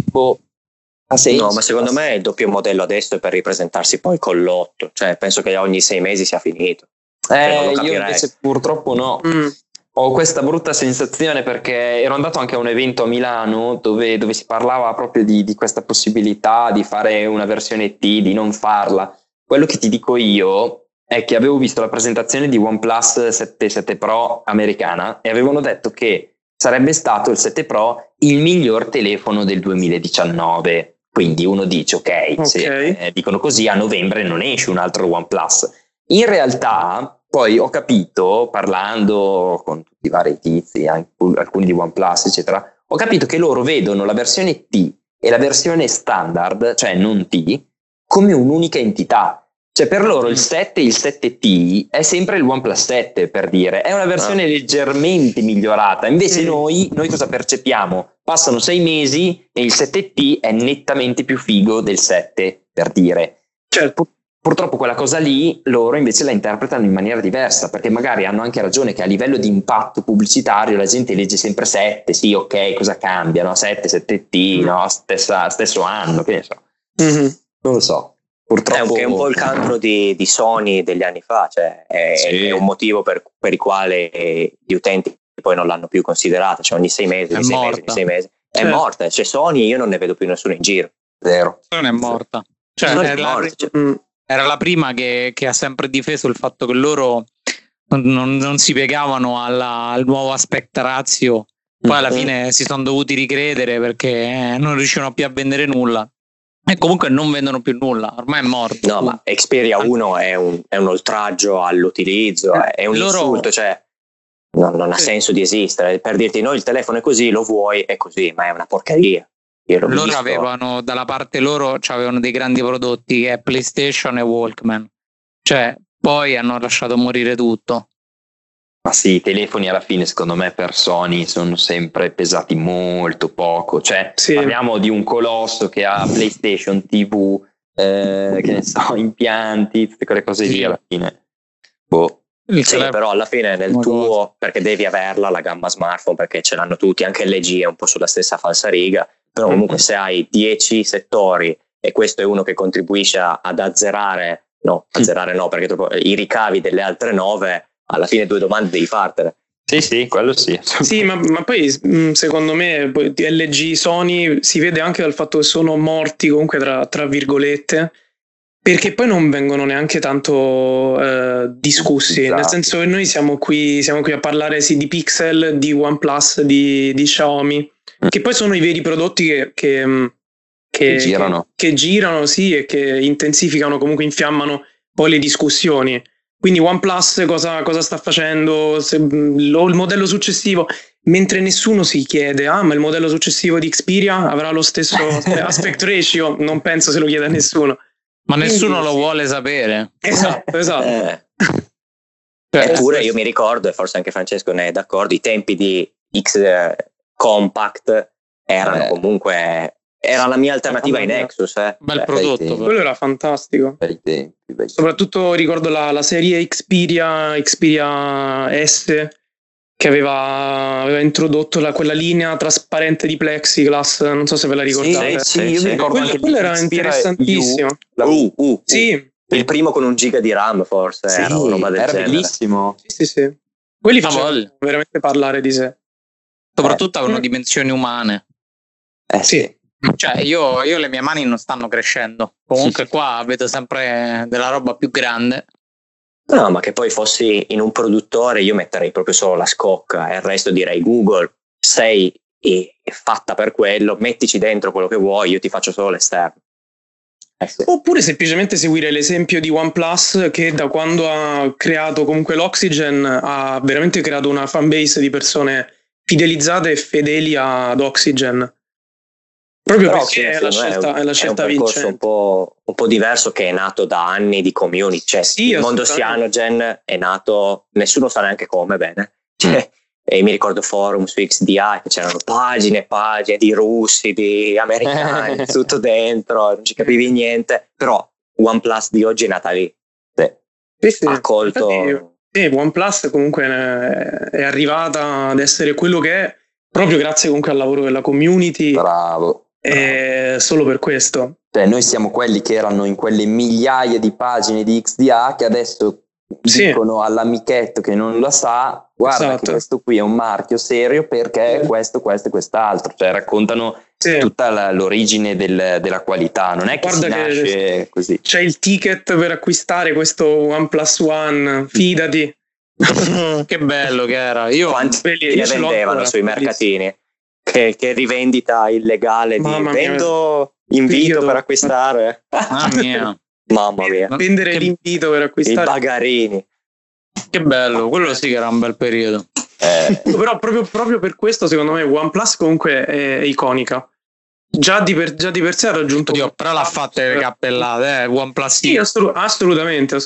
ha senso. No, ma secondo me il doppio modello adesso è per ripresentarsi poi con l'8, cioè penso che ogni 6 mesi sia finito. Io invece purtroppo no. Ho questa brutta sensazione, perché ero andato anche a un evento a Milano dove si parlava proprio di questa possibilità di fare una versione T, di non farla. Quello che ti dico io è che avevo visto la presentazione di OnePlus 7 Pro americana e avevano detto che sarebbe stato il 7 Pro il miglior telefono del 2019. Quindi uno dice ok. Se dicono così, a novembre non esce un altro OnePlus. In realtà poi ho capito, parlando con tutti i vari tizi, anche alcuni di OnePlus eccetera, ho capito che loro vedono la versione T e la versione standard, cioè non T, come un'unica entità. Cioè per loro il 7 e il 7T è sempre il OnePlus 7, per dire, è una versione leggermente migliorata. Invece noi cosa percepiamo? Passano 6 mesi e il 7T è nettamente più figo del 7, per dire. Certo. Purtroppo quella cosa lì loro invece la interpretano in maniera diversa, perché magari hanno anche ragione che a livello di impatto pubblicitario la gente legge sempre 7, sì, ok, cosa cambia, no? 7, 7T, no? Stesso anno, che ne so. Non lo so. Purtroppo è un po' il cancro di Sony degli anni fa, cioè è un motivo per il quale gli utenti poi non l'hanno più considerata, cioè ogni 6 mesi, sei mesi. È morta, cioè Sony io non ne vedo più nessuno in giro. Zero. Non è morta. Cioè, era la prima che ha sempre difeso il fatto che loro non si piegavano al nuovo aspect ratio. Poi alla fine si sono dovuti ricredere perché non riuscivano più a vendere nulla. E comunque non vendono più nulla, ormai è morto. No, ma Xperia 1 è un oltraggio all'utilizzo, è un insulto, cioè non ha senso di esistere. Per dirti, noi il telefono è così, lo vuoi, è così, ma è una porcheria. Loro avevano, dalla parte loro, avevano dei grandi prodotti che è PlayStation e Walkman. Cioè, poi hanno lasciato morire tutto. Ma sì, i telefoni alla fine secondo me per Sony sono sempre pesati molto poco, cioè parliamo di un colosso che ha PlayStation, TV, che ne so, impianti, tutte quelle cose lì alla fine. Sì, però alla fine nel tuo, perché devi averla la gamma smartphone, perché ce l'hanno tutti, anche LG è un po' sulla stessa falsariga, però comunque se hai 10 settori e questo è uno che contribuisce ad azzerare no, perché i ricavi delle altre 9, alla fine 2 domande devi fartene. Sì, quello sì. Sì, ma poi secondo me LG, Sony si vede anche dal fatto che sono morti comunque tra virgolette, perché poi non vengono neanche tanto discussi, esatto. Nel senso che noi siamo qui a parlare di Pixel, di OnePlus, di Xiaomi, che poi sono i veri prodotti che girano, sì, e che intensificano, comunque infiammano poi le discussioni. Quindi OnePlus cosa sta facendo? Il modello successivo, mentre nessuno si chiede, ma il modello successivo di Xperia avrà lo stesso aspect ratio? Non penso se lo chieda nessuno. Ma nessuno lo vuole sapere. Esatto. Eppure io mi ricordo, e forse anche Francesco ne è d'accordo, i tempi di X Compact erano comunque... Era la mia alternativa ai Nexus. Bel prodotto. Quello era fantastico. Bei tempi. Soprattutto ricordo la serie Xperia S, che aveva introdotto quella linea trasparente di plexiglass, non so se ve la ricordate. Sì, io mi ricordo anche quello era interessantissimo. Sì. Il primo con 1 giga di RAM forse, era una roba del genere. Bellissimo. Sì. Quelli facevano veramente parlare di sé. Soprattutto avevano dimensioni umane. Sì. Cioè io le mie mani non stanno crescendo, comunque qua vedo sempre della roba più grande. No, ma che poi fossi in un produttore io metterei proprio solo la scocca e il resto direi Google, sei fatta per quello, mettici dentro quello che vuoi, io ti faccio solo l'esterno. Sì. Oppure semplicemente seguire l'esempio di OnePlus, che da quando ha creato comunque l'Oxygen ha veramente creato una fanbase di persone fidelizzate e fedeli ad Oxygen. Proprio però perché è la scelta è un percorso un po' diverso, che è nato da anni di community, cioè il mondo Cyanogen è nato, nessuno sa neanche come, bene, e mi ricordo forum su XDA che c'erano pagine e pagine di russi, di americani, tutto dentro, non ci capivi niente, però OnePlus di oggi è nata lì, ha colto. Infatti, OnePlus comunque è arrivata ad essere quello che è proprio grazie comunque al lavoro della community. Bravo. Solo per questo, cioè noi siamo quelli che erano in quelle migliaia di pagine di XDA che adesso dicono all'amichetto che non la sa, guarda che questo qui è un marchio serio perché questo e quest'altro, cioè raccontano tutta l'origine della qualità, non è che si nasce così. C'è il ticket per acquistare questo OnePlus One, fidati. Che bello che era. Quanti ne vendevano sui mercatini? Che rivendita illegale di vendo invito per acquistare. Mamma mia. Vendere l'invito per acquistare. I bagarini. Che bello, quello sì che era un bel periodo. Però proprio per questo secondo me OnePlus comunque è iconica. Già di per sé ha raggiunto. Però l'ha fatta le cappellate, OnePlus. Sì, assolutamente.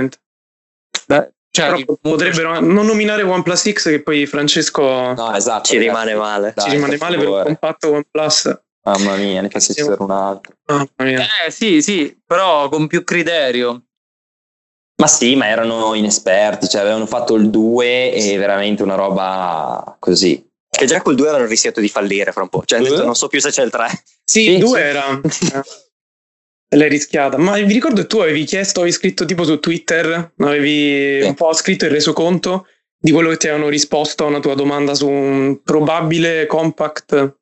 Beh, potrebbero non nominare OnePlus X, che poi Francesco ci rimane male. Ci rimane male per un compatto OnePlus. Mamma mia, ne facessero un altro. Mamma mia. Sì, però con più criterio. Ma sì, ma erano inesperti, cioè avevano fatto il 2 e veramente una roba così. Che già col 2 avevano rischiato di fallire fra un po', cioè non so più se c'è il 3. Sì, il 2 era... L'hai rischiata, ma vi ricordo che tu avevi scritto tipo su Twitter, avevi un po' scritto il resoconto di quello che ti avevano risposto a una tua domanda su un probabile compact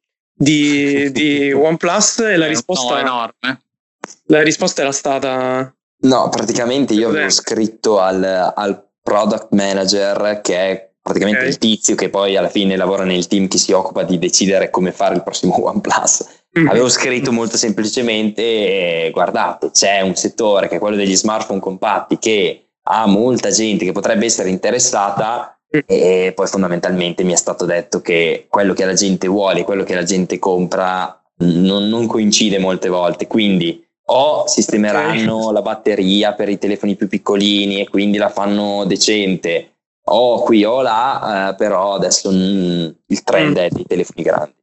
di OnePlus, e la risposta enorme. La risposta era stata... No, praticamente io avevo scritto al product manager, che è praticamente il tizio che poi alla fine lavora nel team che si occupa di decidere come fare il prossimo OnePlus. Avevo scritto molto semplicemente: guardate, c'è un settore che è quello degli smartphone compatti che ha molta gente che potrebbe essere interessata, e poi fondamentalmente mi è stato detto che quello che la gente vuole, quello che la gente compra non coincide molte volte, quindi o sistemeranno la batteria per i telefoni più piccolini e quindi la fanno decente, o qui o là, però adesso il trend è dei telefoni grandi.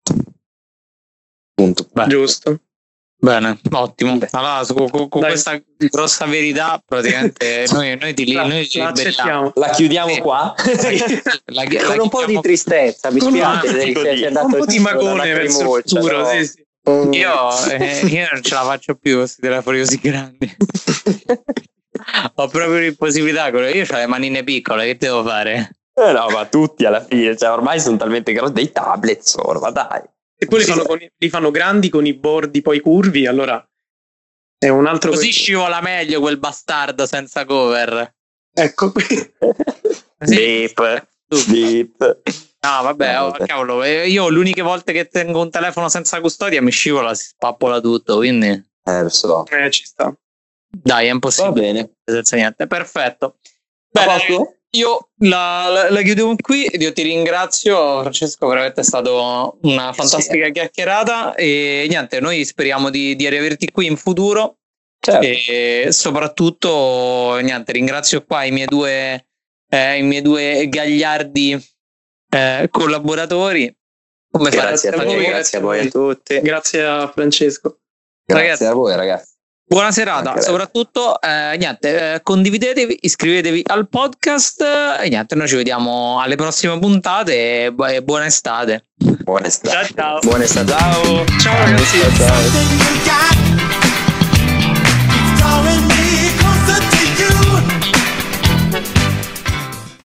Punto. Giusto. Bene, ottimo. Allora, con questa grossa verità, praticamente noi ci accettiamo. La chiudiamo qua. Con un po' di tristezza, mi spiace che sia andato un po' di magone verso il futuro. no? Sì. Io non ce la faccio più con questi telefoni così grandi. Ho proprio l'impossibilità. Io ho le manine piccole, che devo fare? No, ma tutti alla fine, cioè ormai sono talmente grossi, dei tablet sono, ma dai. E poi li fanno grandi con i bordi poi curvi, allora è un altro. Così scivola meglio quel bastardo senza cover. Ecco qui. Beep. No, vabbè, cavolo, io l'unica volta che tengo un telefono senza custodia mi scivola, si spappola tutto, quindi Lo so. Ci sta. dai, è impossibile. Va bene. Senza niente. Perfetto. Bene, io la chiudo qui. Io ti ringrazio, Francesco, veramente è stato una fantastica chiacchierata, e niente, noi speriamo di riaverti qui in futuro. Certo. E soprattutto niente, ringrazio qua i miei due gagliardi collaboratori. Grazie a voi a tutti. Grazie a Francesco. Grazie Ragazzi, a voi, ragazzi. Buona serata, soprattutto condividetevi, iscrivetevi al podcast, e niente, noi ci vediamo alle prossime puntate, e buona estate. Buona estate. Ciao. Buona estate. Ciao ragazzi. Ciao.